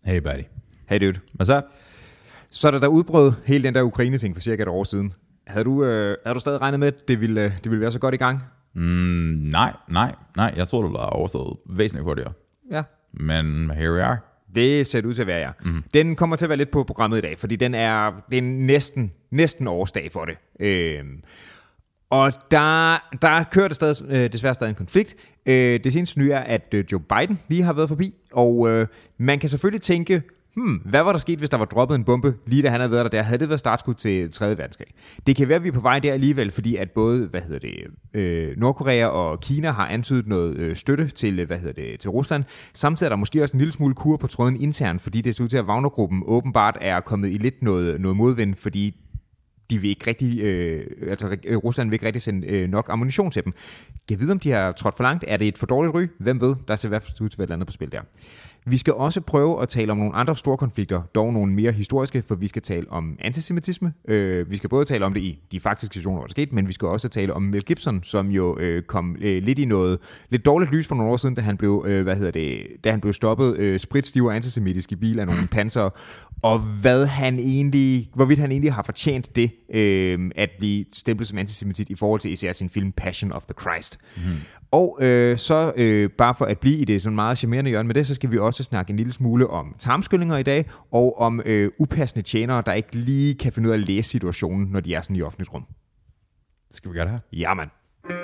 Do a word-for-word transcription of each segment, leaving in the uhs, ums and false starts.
Hey buddy. Hey dude. Hvad så? Så da der udbrød hele den der Ukraine-ting for cirka et år siden, havde du, øh, havde du stadig regnet med, at det ville, det ville være så godt i gang? Mm, nej, nej, nej. Jeg tror, du var overstået væsentligt hurtigere. Ja. Men here we are. Det ser ud til at være, ja. Mm. Den kommer til at være lidt på programmet i dag, fordi den er, det er næsten, næsten årsdag for det. Øhm, og der, der kører det stadig, øh, desværre stadig en konflikt. Øh, det seneste nye er, at øh, Joe Biden lige har været forbi, og øh, man kan selvfølgelig tænke, hmm, hvad var der sket, hvis der var droppet en bombe, lige da han havde været der? Der havde det været startskud til tredje verdenskrig. Det kan være, at vi er på vej der alligevel, fordi at både, hvad hedder det, øh, Nordkorea og Kina har antydet noget øh, støtte til, hvad hedder det, til Rusland. Samtidig er der måske også en lille smule kur på tråden internt, fordi det ser ud til, at Wagner-gruppen åbenbart er kommet i lidt noget, noget modvind, fordi de vil ikke rigtig, øh, altså Rusland vil ikke rigtig sende øh, nok ammunition til dem. Kan vide, om de har trådt for langt? Er det et for dårligt ry? Hvem ved? Der ser i hvert fald ud til at være andet på spil der. Vi skal også prøve at tale om nogle andre store konflikter, dog nogle mere historiske, for vi skal tale om antisemitisme. Øh, vi skal både tale om det i de faktiske situationer, hvor det skete, men vi skal også tale om Mel Gibson, som jo øh, kom øh, lidt i noget lidt dårligt lys for nogle år siden, da han blev, øh, hvad hedder det, da han blev stoppet øh, spritstiv og antisemitisk i bil af nogle panser, og hvad han egentlig, hvorvidt han egentlig har fortjent det, øh, at blive stemplet som antisemitit i forhold til især sin film Passion of the Christ. Mm. Og øh, så øh, bare for at blive i det sådan meget charmerende hjørne med det, så skal vi også snakke en lille smule om tarmskyllinger i dag, og om øh, upassende tjenere, der ikke lige kan finde ud af at læse situationen, når de er sådan i offentligt rum. Skal vi gøre det her? Ja, mand.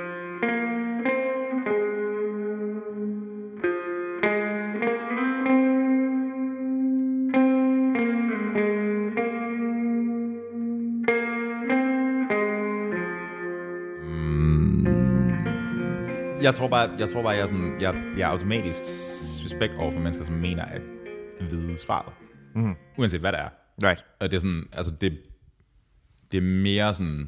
Jeg tror bare, jeg tror bare, jeg er sådan, jeg, jeg er automatisk suspekt over for mennesker, som mener at vide svaret, mm. uanset hvad det er. Right. Og det er sådan, altså det, det er mere sådan,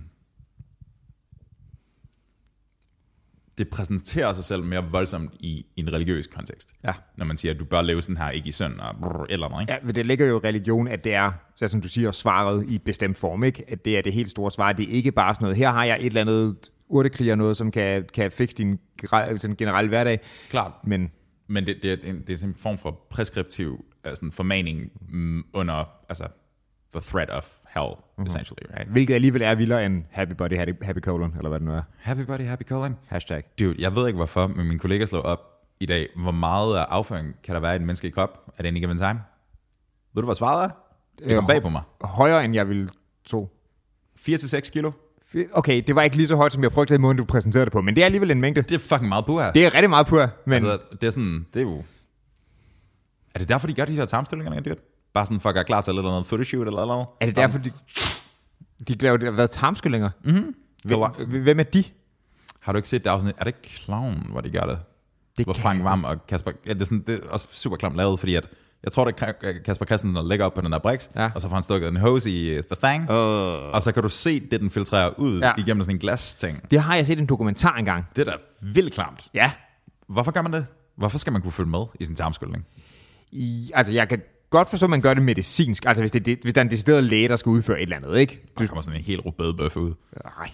det præsenterer sig selv mere voldsomt i, i en religiøs kontekst. Ja. Når man siger, at du bør leve sådan her, ikke i synd og brrr, eller noget. Ikke? Ja, men det ligger jo i religion, at det er, så som du siger, svaret i bestemt form, ikke? At det er det helt store svar. Det er ikke bare sådan noget, her har jeg et eller andet urtekrig og noget, som kan, kan fikse din sådan generelle hverdag. Klart. Men, men det, det, er, det er en form for preskriptiv altså formaning under altså, the threat of hell, mm-hmm. essentially. Right? Hvilket alligevel er vildere end happy body, happy, happy colon, eller hvad det nu er. Happy body, happy colon? Hashtag. Dude, jeg ved ikke hvorfor, men min kollega slog op i dag, hvor meget afføring kan der være i den menneskelige krop at any given time? Ved du, hvad svaret er? Det kom bag på mig. Højere, end jeg ville tro. fire til seks kilo. Okay, det var ikke lige så højt, som jeg frygtede i måden, du præsenterede det på, men det er alligevel en mængde. Det er fucking meget puha. Det er rigtig meget puha, men... Altså, det er sådan, det er jo... Er det derfor, de gør de her tarmstillinger, dyrt? Bare sådan for at gøre klar til lidt eller noget photoshoot eller noget? Er det derfor, de... De laver det, hvad, tarmskyllinger? Mhm. Hvem er de? Har du ikke set det afsnit? Er det ikke Clown, hvor de gør det? Det hvor Frank Vam og Kasper... Ja, det, er sådan, det er også super klamt lavet, fordi at... Jeg tror, det er Kasper Christensen, der ligger op på den der briks, ja. Og så får han stukket en hose i uh, The Thing, uh. og så kan du se, det den filtrerer ud ja. Igennem sådan en glas-ting. Det har jeg set en dokumentar engang. Det er da vildt klamt. Ja. Hvorfor gør man det? Hvorfor skal man kunne følge med i sin tarmskyldning? I, altså, jeg kan godt forstå, at man gør det medicinsk. Altså, hvis, det, hvis der er en decideret læge, der skal udføre et eller andet, ikke? Du kommer sådan en helt rødbødebøf ud. Nej.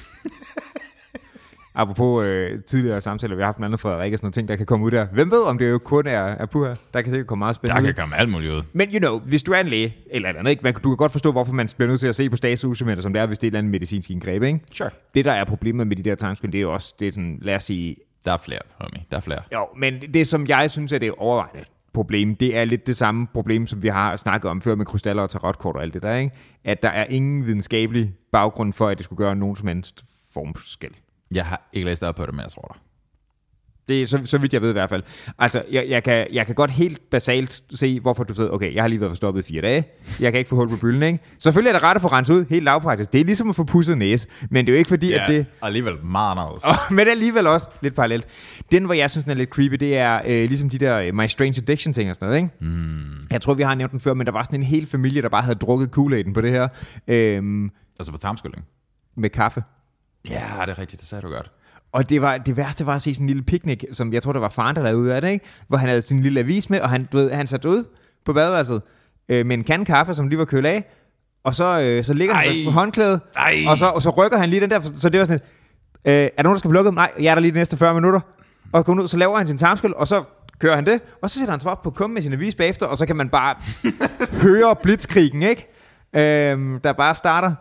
Apropos øh, tidligere samtaler, vi har haft med andre Frederik og sådan nogle ting, der kan komme ud der. Hvem ved, om det jo kun er, er puha? Der kan sikkert komme meget spændende ud. Der ud. kan komme alt muligt ud. Men you know, hvis du er en læge, eller et andet, ikke? Man, du kan godt forstå, hvorfor man bliver nødt til at se på statusdokumenter, som det er, hvis det er et eller andet medicinsk indgreb, ikke? Sure. Det, der er problemet med de der tarmskyld, det er jo også, det er sådan, lad os sige... Der er flere, homie. Der er flere. Jo, men det, som jeg synes er det overvejende problem, det er lidt det samme problem, som vi har snakket om før med krystaller og tarotkort og alt det der, ikke? At der er ingen videnskabelig baggrund for, at det skulle gøre nogen som helst formskel. Jeg har ikke læst op på det, men jeg tror dig. Det er så, så vidt jeg ved i hvert fald. Altså, jeg, jeg, kan, jeg kan godt helt basalt se, hvorfor du ved, okay, jeg har lige været forstoppet i fire dage, jeg kan ikke få hul på bylden, ikke? Selvfølgelig er det ret at få renset ud, helt lavpraktisk. Det er ligesom at få pudset næse, men det er jo ikke fordi, ja, at det... alligevel meget anderledes. Oh, men alligevel også lidt parallelt. Den, hvor jeg synes, den er lidt creepy, det er øh, ligesom de der My Strange Addiction ting og sådan noget, ikke? Mm. Jeg tror, vi har nævnt den før, men der var sådan en hel familie, der bare havde drukket Kool-Aiden på det her. Øhm, altså på tarmskyldning? Med kaffe. Ja, det er rigtigt, det sagde du godt. Og det, var, det værste var at se sådan en lille picnic, som jeg tror, der var faren, der lavede ud af det, ikke? Hvor han havde sin lille avis med, og han, du ved, han satte ud på badeværelset øh, med en kande kaffe, som lige var kølet af, og så, øh, så ligger Ej. han på håndklædet, Ej. og så, og så rykker han lige den der, så det var sådan, øh, er der nogen, der skal blive lukket? Nej, jeg er der lige de næste fyrre minutter. Og går ud, så laver han sin tarmskyld, og så kører han det, og så sætter han sig op på kummen med sin avis bagefter, og så kan man bare høre blitzkrigen, ikke? Øhm, der bare starter.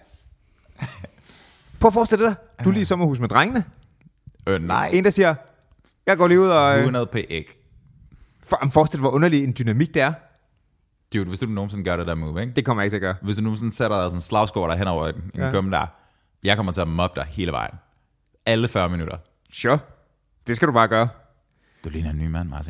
Prøv at forestille dig, du er lige i sommerhus med drengene. Øh, nej. En, der siger, jeg går lige ud og... hundrede p æg. For, forestil dig, hvor underlig en dynamik det er. Dude, hvis du nogensinde gør det der move, ikke? Det kommer jeg ikke til at gøre. Hvis du nogensinde sætter dig sådan en slagskår der hen over en, ja. en kumme der, jeg kommer til at mobbe dig hele vejen. Alle fyrre minutter. Sure. Det skal du bare gøre. Du ligner en ny mand, Martin.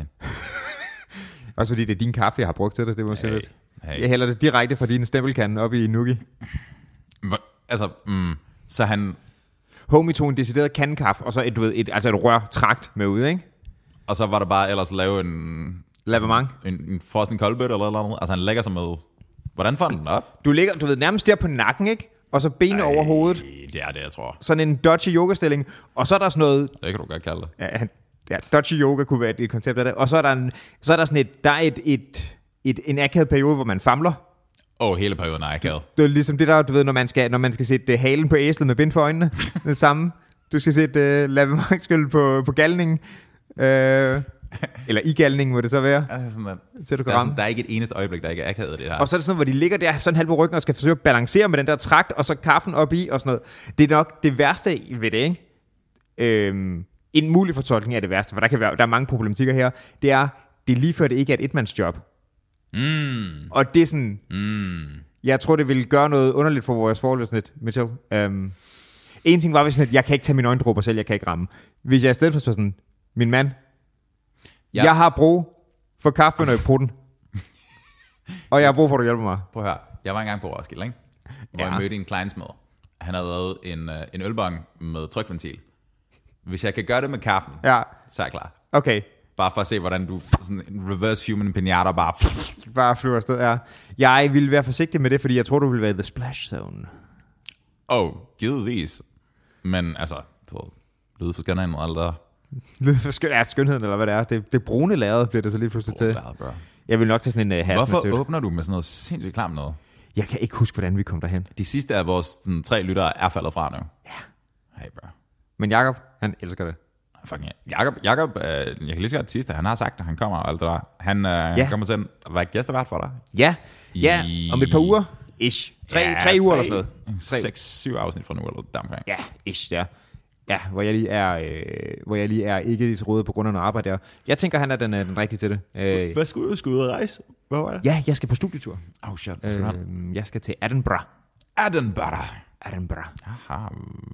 Også fordi det er din kaffe, jeg har brugt til det. Det må hey, lidt. Hey. Jeg hælder det direkte fra din stempelkande op i Nuki. Altså, mm, så han... Homie tog en decideret kandekaffe, og så et, du ved, et, altså et rør trakt med ud, ikke? Og så var der bare ellers lave en... Lavement. En, en frossen koldbøtte eller noget andet. Altså han lægger sig med... Hvordan får den op? Du ligger, du ved, nærmest der på nakken, ikke? Og så benene over hovedet. Det er det, jeg tror. Sådan en dodgy yoga-stilling. Og så er der sådan noget... Det kan du godt kalde det. Ja, ja dodgy yoga kunne være et koncept af det. Og så er der, en, så er der sådan et... Der er et, et, et, en akavet periode, hvor man famler. Åh, oh, hele perioden er akavet. Det er ligesom det der, du ved, når man skal, når man skal sætte uh, halen på æslet med bind for øjnene. Det samme. Du skal sætte uh, lavemangtskyld på, på galningen. Uh, eller i galningen, må det så være. Altså sådan, at, så du kan der, er sådan, der er ikke et eneste øjeblik, der ikke er akavet det her. Og så er det sådan, hvor de ligger der sådan halv på ryggen og skal forsøge at balancere med den der trakt, og så kaffen op i og sådan noget. Det er nok det værste ved det, ikke? Øhm, en mulig fortolkning af det værste, for der kan være, der er mange problematikker her. Det er, det er lige før det ikke er et etmandsjob. Mm. Og det er sådan, mm. jeg tror, det ville gøre noget underligt for vores forhold, sådan lidt, Mitchell. Øhm, en ting var, hvis sådan, at jeg kan ikke tage mine øjendråber selv, jeg kan ikke ramme. Hvis jeg i stedet for sådan, min mand, ja. Jeg har brug for kaffebønner i putten. Og jeg har brug for, at du hjælper mig. Prøv at høre. Jeg var engang på Roskilde, ikke? Hvor ja. jeg mødte en kleinsmed. Han havde lavet en, en ølbong med trykventil. Hvis jeg kan gøre det med kaffen, ja. så er jeg klar. Okay. Bare for at se, hvordan du sådan en reverse human pinata bare... bare flyver afsted, ja. Jeg vil være forsigtig med det, fordi jeg tror, du vil være i the splash zone. Åh, oh, givetvis. Men altså, du ved, lyde for skønheden og alt der. Lyde for skøn, ja, skønheden, eller hvad det er. Det, det brune lærred bliver det så lige pludselig til. Lærred, bro. Jeg vil nok til sådan en uh, hazmat. Hvorfor åbner du med sådan noget sindssygt klamt noget? Jeg kan ikke huske, hvordan vi kom derhen. De sidste af vores sådan, tre lyttere er faldet fra nu. Ja. Hey, bro. Men Jakob, han elsker det. Fucking Jakob, Jakob øh, jeg kan lige så godt sidste, han har sagt, at han kommer og alt det der. Han øh, ja. kommer til at være gæstevært for dig. Ja, ja, I... om et par uger. Ish. Tre, ja, tre uger tre, eller sådan noget. Seks, syv afsnit fra nu, eller deromkring. Ja, ish, ja. Ja, hvor jeg lige er, øh, hvor jeg lige er ikke i rådet på grund af noget arbejde der. Jeg tænker, han er den, den rigtige til det. Øh, Hvad skal du? Skal du ud og rejse? Hvad var det? Ja, jeg skal på studietur. Oh shit, hvad skal øh, Jeg skal til Edinburgh. Edinburgh. Edinburgh. Jeg har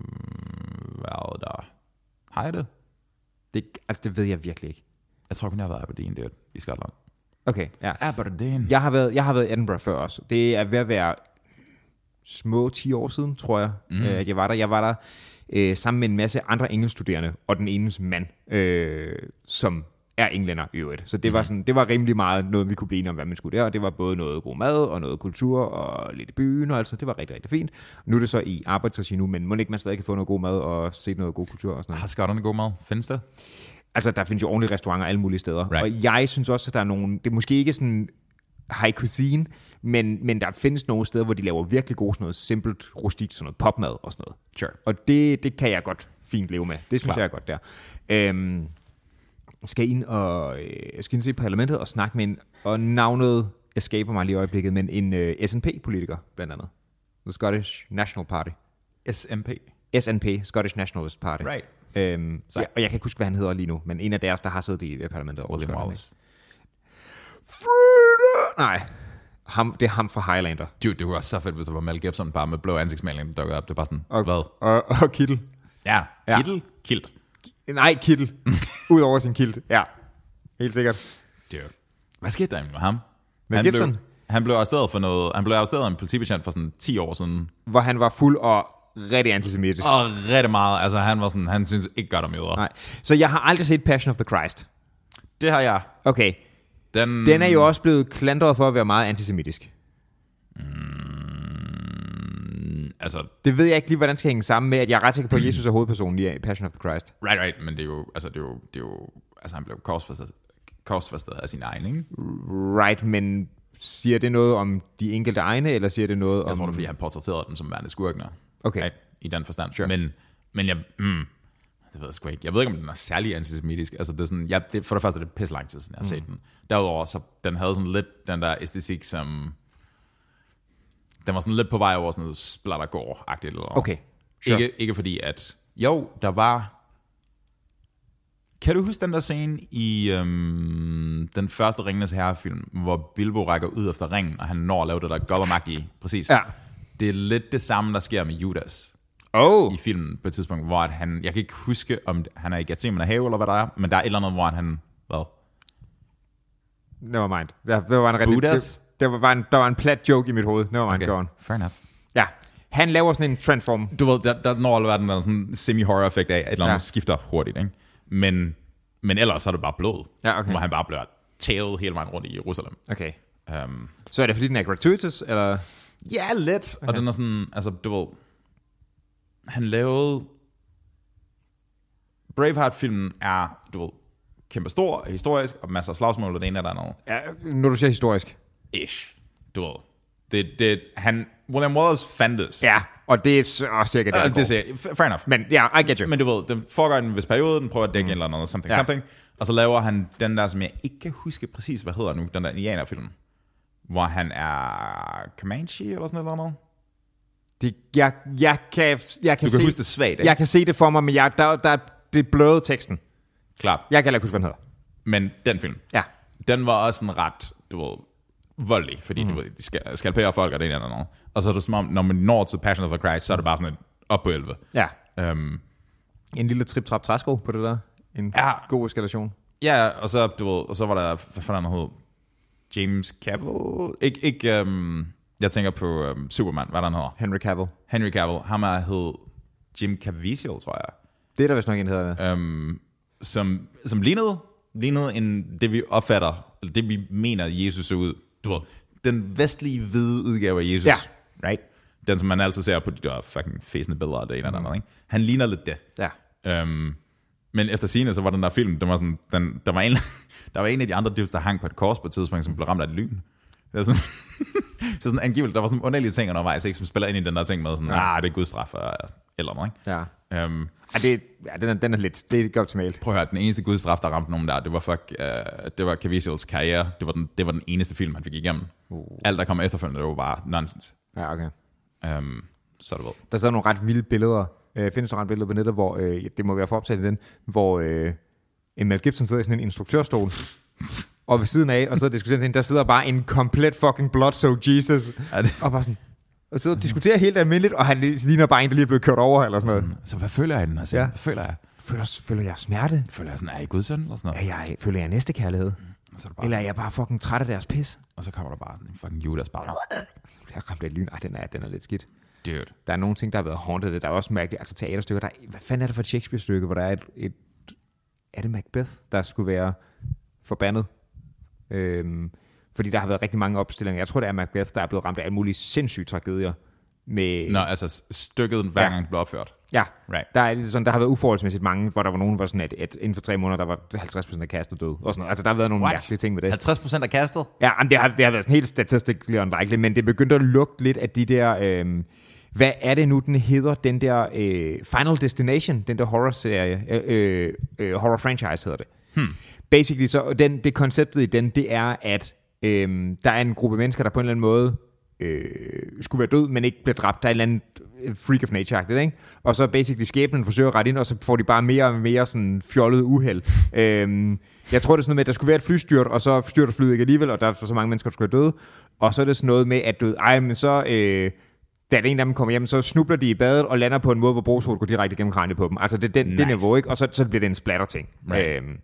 været der. Har jeg det? det? Altså, det ved jeg virkelig ikke. Jeg tror kun, jeg har været Aberdeen, det er i Skotland. Okay, ja. Aberdeen. Jeg har været, jeg har været i Edinburgh før også. Det er ved at være små ti år siden, tror jeg, mm. øh, at jeg var der. Jeg var der øh, sammen med en masse andre engelskstuderende, og den enes mand, øh, som er englænder i øvrigt. Så det, mm. var sådan, det var rimelig meget noget, vi kunne blive enige om, hvad man skulle der. Og det var både noget god mad, og noget kultur, og lidt i byen, og altså, det var rigtig, rigtig fint. Nu er det så i arbejdsregi nu, men må ikke man stadig kan få noget god mad, og se noget god kultur og sådan noget. Har skotterne god mad? Findes det? Altså, der findes jo ordentlige restauranter alle mulige steder. Right. Og jeg synes også, at der er nogle... Det er måske ikke sådan high cuisine, men, men der findes nogle steder, hvor de laver virkelig god sådan noget simpelt, rustikt, sådan noget popmad og sådan noget. Sure. Og det, det kan jeg godt fint leve med. Det synes Klar. jeg er godt der. Øhm, skal ind og øh, skal ind se parlamentet og snakke med en... Og navnet escaper mig lige i øjeblikket, men en øh, S N P-politiker, blandt andet. The Scottish National Party. S N P? S N P, Scottish Nationalist Party. Right. Øhm, ja, og jeg kan ikke huske, hvad han hedder lige nu, men en af deres, der har siddet i parlamentet. William Wallace. Nej, ham, det er ham fra Highlander. Dude, det var så fedt, hvis det var Mel Gibson bare med blå ansigtsmaling, der dukkede op. Det er bare sådan, og, hvad? Og, og kittel. Ja, kittel, ja. Kilt. Nej, kittel. Udover sin kilt, ja. Helt sikkert. Dude. Hvad skete der med ham? Mel han Gibson? Blev, han blev arresteret for noget, han blev arresteret af en politibetjent for sådan ti år siden. Hvor han var fuld og rigtig antisemitisk. Og rigtig meget. Altså, han var sådan, han synes ikke godt om jøder. Nej. Så jeg har aldrig set Passion of the Christ. Det har jeg. Okay. Den, Den er jo også blevet klandret for at være meget antisemitisk. Mm, altså... Det ved jeg ikke lige, hvordan det skal hænge sammen med, at jeg er ret sikker på, at Jesus er hovedpersonen i Passion of the Christ. Right, right. Men det er jo... Altså, det er jo... Det er jo altså, han blev korsfæstet, korsfæstet af sin egen, ikke? Right, men siger det noget om de enkelte egne, eller siger det noget jeg om... Jeg tror, det er, fordi han portrætterede dem som værende skurkner. Okay. Right? I den forstand. Sure. Men, men jeg... Mm, det ved jeg sgu ikke. Jeg ved ikke, om den er særlig antisemitisk. Altså, det er sådan, ja, det, for det første er det pisse lang tid siden, jeg har set mm. den. Derudover, så den havde sådan lidt den der æstetik, som... Den var sådan lidt på vej over sådan noget splattergård-agtigt. Eller okay, sure. ikke, ikke fordi, at... Jo, der var... Kan du huske den der scene i øhm, den første Ringenes Herre-film, hvor Bilbo rækker ud efter ringen, og han når at lave det der Gollum-agtige? Præcis. Ja. Det er lidt det samme, der sker med Judas. Oh. I filmen på et tidspunkt, hvor at han... Jeg kan ikke huske, om han er i Gethsemane have, eller hvad der er, men der er et eller andet, hvor han... Hvad? Never mind. Der, der var en rigtig... Buddhas? Der var, en, der var en plat joke i mit hoved. Never mind, okay. go on. Fair enough. Ja. Han laver sådan en transform. Du ved, der, der når der den der sådan semi-horror-effekt af, at et eller andet ja. skifter hurtigt, ikke? Men, men ellers er det bare blod. Ja, okay. Hvor han bare bliver tævet hele vejen rundt i Jerusalem. Okay. Um, Så er det fordi, den er gratuitous, eller? Ja, lidt. Okay. Og den er sådan, altså, du ved... Han lavede... Braveheart-filmen er, du ved, kæmpe stor og historisk, og masser af slagsmål, og det ene eller andet. Ja, når du siger historisk. Ish. Du ved. Det, det, han... William Wallace fandtes. Ja, og det er også cirka det, uh, det er fair enough. Men ja, yeah, I get you. Men du ved, den foregår i en vis periode, den prøver at dække mm. eller noget, something, ja. something. Og så laver han den der, som jeg ikke kan huske præcis, hvad hedder nu, den der indianerfilm, hvor han er Comanche eller sådan noget. Det, jeg, jeg kan, jeg kan du kan se, huske det svagt, ikke? Jeg kan se det for mig, men jeg, der, der, det bløde teksten. Klart. Jeg kan ikke huske, hvad den hedder. Men den film, ja. den var også en ret, du ved, voldelig, fordi mm. du ved, de skal, skalperer folk og det ene eller andet. Og så er det som om, når man når til Passion of the Christ, så er det bare sådan et op på elleve. Ja. Um, en lille trip-trap-træsko på det der. En ja. god eskalation. Ja, og så, du ved, og så var der, hvad fanden han hed? James Cavill? Ik, ikke, um, jeg tænker på um, Superman, hvad der han hedder? Henry Cavill. Henry Cavill. Ham er hed Jim Caviezel, tror jeg. Det er der vist nok en, hedder. Um, som, som lignede, lignede en, det vi opfatter, eller det vi mener, Jesus så ud. Du ved, den vestlige hvide udgave af Jesus. Ja. Right? Den, som man altid ser på de der fucking fæsende billeder af det ene eller andet, ikke? Han ligner lidt det. Ja. Um, men efter sigende, så var den der film, der var sådan, den, der var en, der var en af de andre dyrs, der hang på et kors på et tidspunkt, som blev ramt af et lyn. Det var sådan, det var sådan angiveligt, der var sådan underlige ting undervejs, ikke, som spiller ind i den der ting med sådan, ja. ah, det er gudstraf eller noget, ikke? Ja. Um, ja, det, ja den, er, den er lidt, det er ikke optimalt. Prøv at høre, den eneste gudstraf, der ramte nogen der, det var fuck, uh, det var Caviezels karriere. Det var, den, det var den eneste film, han fik igennem. Uh. Alt, der kom efterfølgende, det var bare nonsens. Ja, okay. Um, så er det ved. Der sidder nogle ret vilde billeder. Øh, findes der ret billeder på nettet, hvor øh, det må være for optaget i den, hvor øh, Mel Gibson sidder i sådan en instruktørstol, og ved siden af, og så diskuterer han, der sidder bare en komplet fucking blood-soaked Jesus, ja, det... og bare sådan, og sidder og diskuterer helt almindeligt, og han ligner bare en, der lige er blevet kørt over, eller sådan noget. Så, så hvad føler jeg i den her scene? Ja. Hvad føler jeg? Føler, føler jeg smerte? Føler jeg sådan, er jeg Guds søn, eller sådan noget? Ja, jeg, føler jeg næstekærlighed? Mm. Så er bare... Eller er jeg bare fucking træt af deres pis? Og så kommer der bare en fucking Judas bare... Jeg ramte et lyn. Ej, den er, den er lidt skidt. Dude. Der er nogle ting, der har været haunted. Der er også mærkeligt. Altså teaterstykker. Der er, hvad fanden er det for et Shakespeare-stykke, hvor der er et, et... Er det Macbeth, der skulle være forbandet? Øhm, fordi der har været rigtig mange opstillinger. Jeg tror, det er Macbeth, der er blevet ramt af alle mulige sindssyge tragedier. Med... Nå, altså stykket hver gang ja. blev opført. Ja, right. der, er sådan, der har været uforholdsmæssigt mange, hvor der var nogen, hvor sådan, at, at inden for tre måneder, der var halvtreds procent af kastet død. Og sådan noget. Altså, der har været nogle What? mærkelige ting med det. halvtreds procent af kastet? Ja, men det har, det har været sådan helt statistically unlikely, men det begyndte at lugte lidt af de der... Øhm, hvad er det nu, den hedder? Den der øh, Final Destination, den der horror-serie, øh, øh, horror-franchise hedder det. Hmm. Basically, så den, det konceptet i den, det er, at øh, der er en gruppe mennesker, der på en eller anden måde øh, skulle være død, men ikke bliver dræbt. Der er et eller andet freak of nature-agtigt, ikke? Og så basically skæbnen forsøger at rette ind, og så får de bare mere og mere sådan fjollet uheld. øh, jeg tror, det er sådan noget med, at der skulle være et flystyrt, og så styrter flyet ikke alligevel, og der er så mange mennesker, der skulle være døde. Og så er det sådan noget med, at du, ej, men så... Øh, da en af dem kommer hjem, så snubler de i badet og lander på en måde, hvor brugshovedet går direkte gennem kraniet på dem. Altså, det er den, nice. det niveau, ikke? Og så, så bliver det en splatter-ting. Right. Øhm,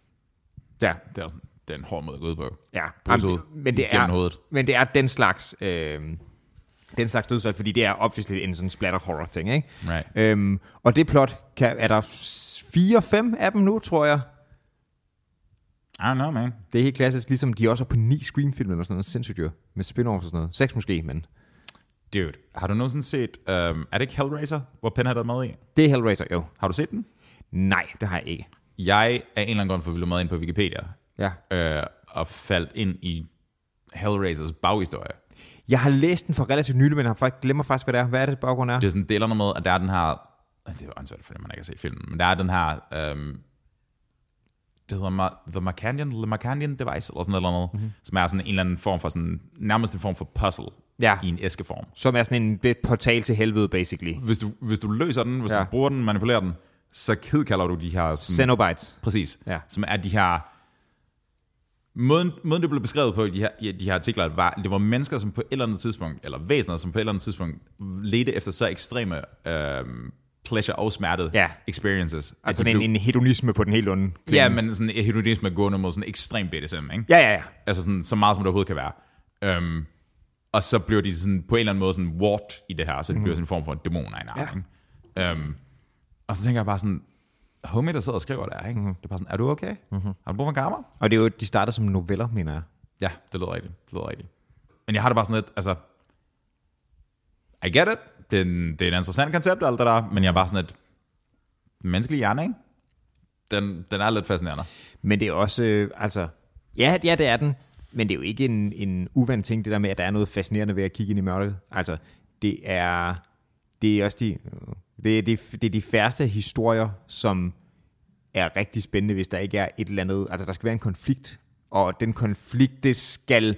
ja. Det er, det er en hård måde at gå ud på. Ja, jamen, men, det er, men det er den slags, øhm, den slags dødsfald, fordi det er obviously en sådan splatter-horror-ting, ikke? Right. Øhm, og det plot, kan, er der fire, fem af dem nu, tror jeg. I don't know, man. Det er helt klassisk, ligesom de også er på ni Scream-film eller sådan noget, sindssygt jo, med spin-offs og sådan noget. Seks måske, men... Dude, har du nogensinde set, um, er det ikke Hellraiser, hvor Pinhead er med i? Det er Hellraiser, jo. Har du set den? Nej, det har jeg ikke. Jeg er en eller anden grund for at ville med ind på Wikipedia, ja. øh, og faldt ind i Hellraisers baghistorie. Jeg har læst den for relativt nylig, men jeg har faktisk, glemmer faktisk, hvad det er. Hvad er det, baggrund er? Det er sådan, det er noget med, at der er den her det er jo ansvaret, fordi man ikke kan se filmen, men der er den her, øhm, det hedder Ma- The Marcandian, The Marcandian Device, eller sådan noget, eller noget mm-hmm. som er sådan en eller anden form for sådan, nærmest en form for puzzle ja. i en æskeform. Som er sådan en portal til helvede, basically. Hvis du, hvis du løser den, hvis ja. du bruger den, manipulerer den, så kalder du de her... Som, Cenobites. Præcis. Ja. Som er de her... Måden, måden det blev beskrevet på i de her, i de her artikler, var, det var mennesker, som på et eller andet tidspunkt, eller væsener, som på et eller andet tidspunkt, ledte efter så ekstreme øh, pleasure og smerte ja. experiences. Altså en, blev, en hedonisme på den helt onde klinge. Ja, men sådan en hedonisme gående mod sådan ekstrem B D S M, ikke? Ja, ja, ja. Altså sådan, så meget som det overhovedet kan være. Um, og så blev de sådan, på en eller anden måde sådan warped i det her, så det mm. blev sådan en form for en dæmon af en arm, ja. um, Og så tænker jeg bare sådan, homie, der sidder og skriver der, ikke? Mm-hmm. Det er bare sådan, er du okay? Mm-hmm. Har du brug for en kamera? Og det er jo, de starter som noveller, mener jeg. Ja, det lyder rigtigt. Det lyder rigtigt. Men jeg har det bare sådan lidt, altså, I get it. Det er, en, det er et interessant koncept, alt det der, men jeg er bare sådan et menneskelig hjerne, ikke? Den, den er lidt fascinerende. Men det er også, øh, altså, ja, ja, det er den, men det er jo ikke en, en uvandt ting, det der med, at der er noget fascinerende ved at kigge ind i mørket. Altså, det er, det er også de, det er de, det er de færreste historier, som er rigtig spændende, hvis der ikke er et eller andet, altså der skal være en konflikt, og den konflikt, det skal,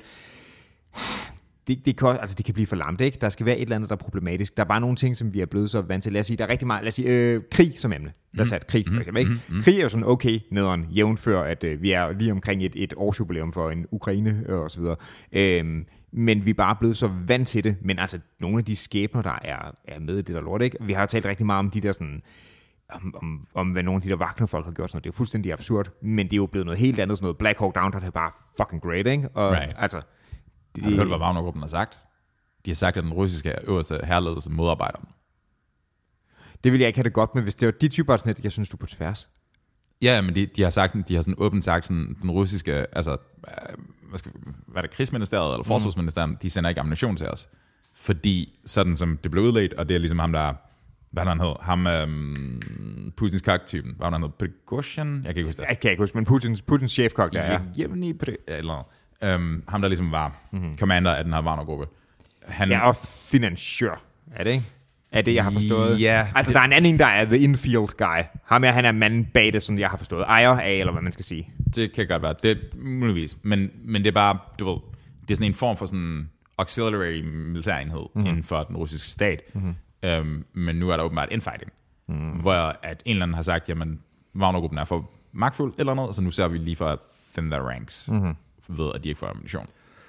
det, det, kan, altså det kan blive for lamt, ikke? Der skal være et eller andet, der er problematisk. Der er bare nogle ting, som vi er blevet så vant til. Lad os sige, der er rigtig meget, lad os sige, øh, krig som emne. Lad os sige, krig, for eksempel, ikke? Mm-hmm. Krig er jo sådan okay nederen, jævnfør, at øh, vi er lige omkring et, et årsjubilæum for en Ukraine øh, og så videre. Øhm, men vi er bare blevet så vant til det. Men altså, nogle af de skæbner, der er, er med i det der lort, ikke? Vi har talt rigtig meget om de der sådan, om, om, om hvad nogle af de der Wagner-folk har gjort sådan noget. Det er jo fuldstændig absurd, men det er jo blevet noget helt andet, sådan noget Black Hawk Down, der er bare fucking great, ikke? Og right. altså... Har du hørt, hvad Wagner-gruppen har sagt? De har sagt, at den russiske øverste hærledelse modarbejder dem. Det vil jeg ikke have det godt med, hvis det var de typer sådan et, jeg synes, du er på tværs. Ja, men de, de har sagt, de har sådan åbent sagt, sådan, den russiske, altså, hvad, skal, hvad er det, krigsministeriet eller forsvarsministeriet, mm. de sender ikke ammunition til os. Fordi, sådan som det blev udledt, og det er ligesom ham, der, hvad han hed, ham, øhm, Putins kok-typen, hvad han hed, Prigozhin? Jeg kan ikke huske det. Jeg kan ikke huske, men Putins, Putins chefkok der, ja. Jevni, eller øhm, ham, der ligesom var mm-hmm. commander af den her Wagner-gruppe. Han, ja, og finansør, er det ikke? Er det, jeg har forstået? Ja. Altså, det, der er en anden, der er the infield guy. Ham er, han er manden bag det, sådan jeg har forstået. Ejer af, eller hvad man skal sige. Det kan godt være. Det er muligvis. Men, men det er bare, du ved, det er sådan en form for sådan auxiliary militærenhed mm-hmm. inden for den russiske stat. Mm-hmm. Øhm, men nu er der åbenbart infighting. Mm-hmm. Hvor at en eller anden har sagt, jamen, Wagner-gruppen er for magtfuld eller noget, så nu ser vi lige for at thin their ranks. Mm-hmm. Ved, at de ikke får ammunition.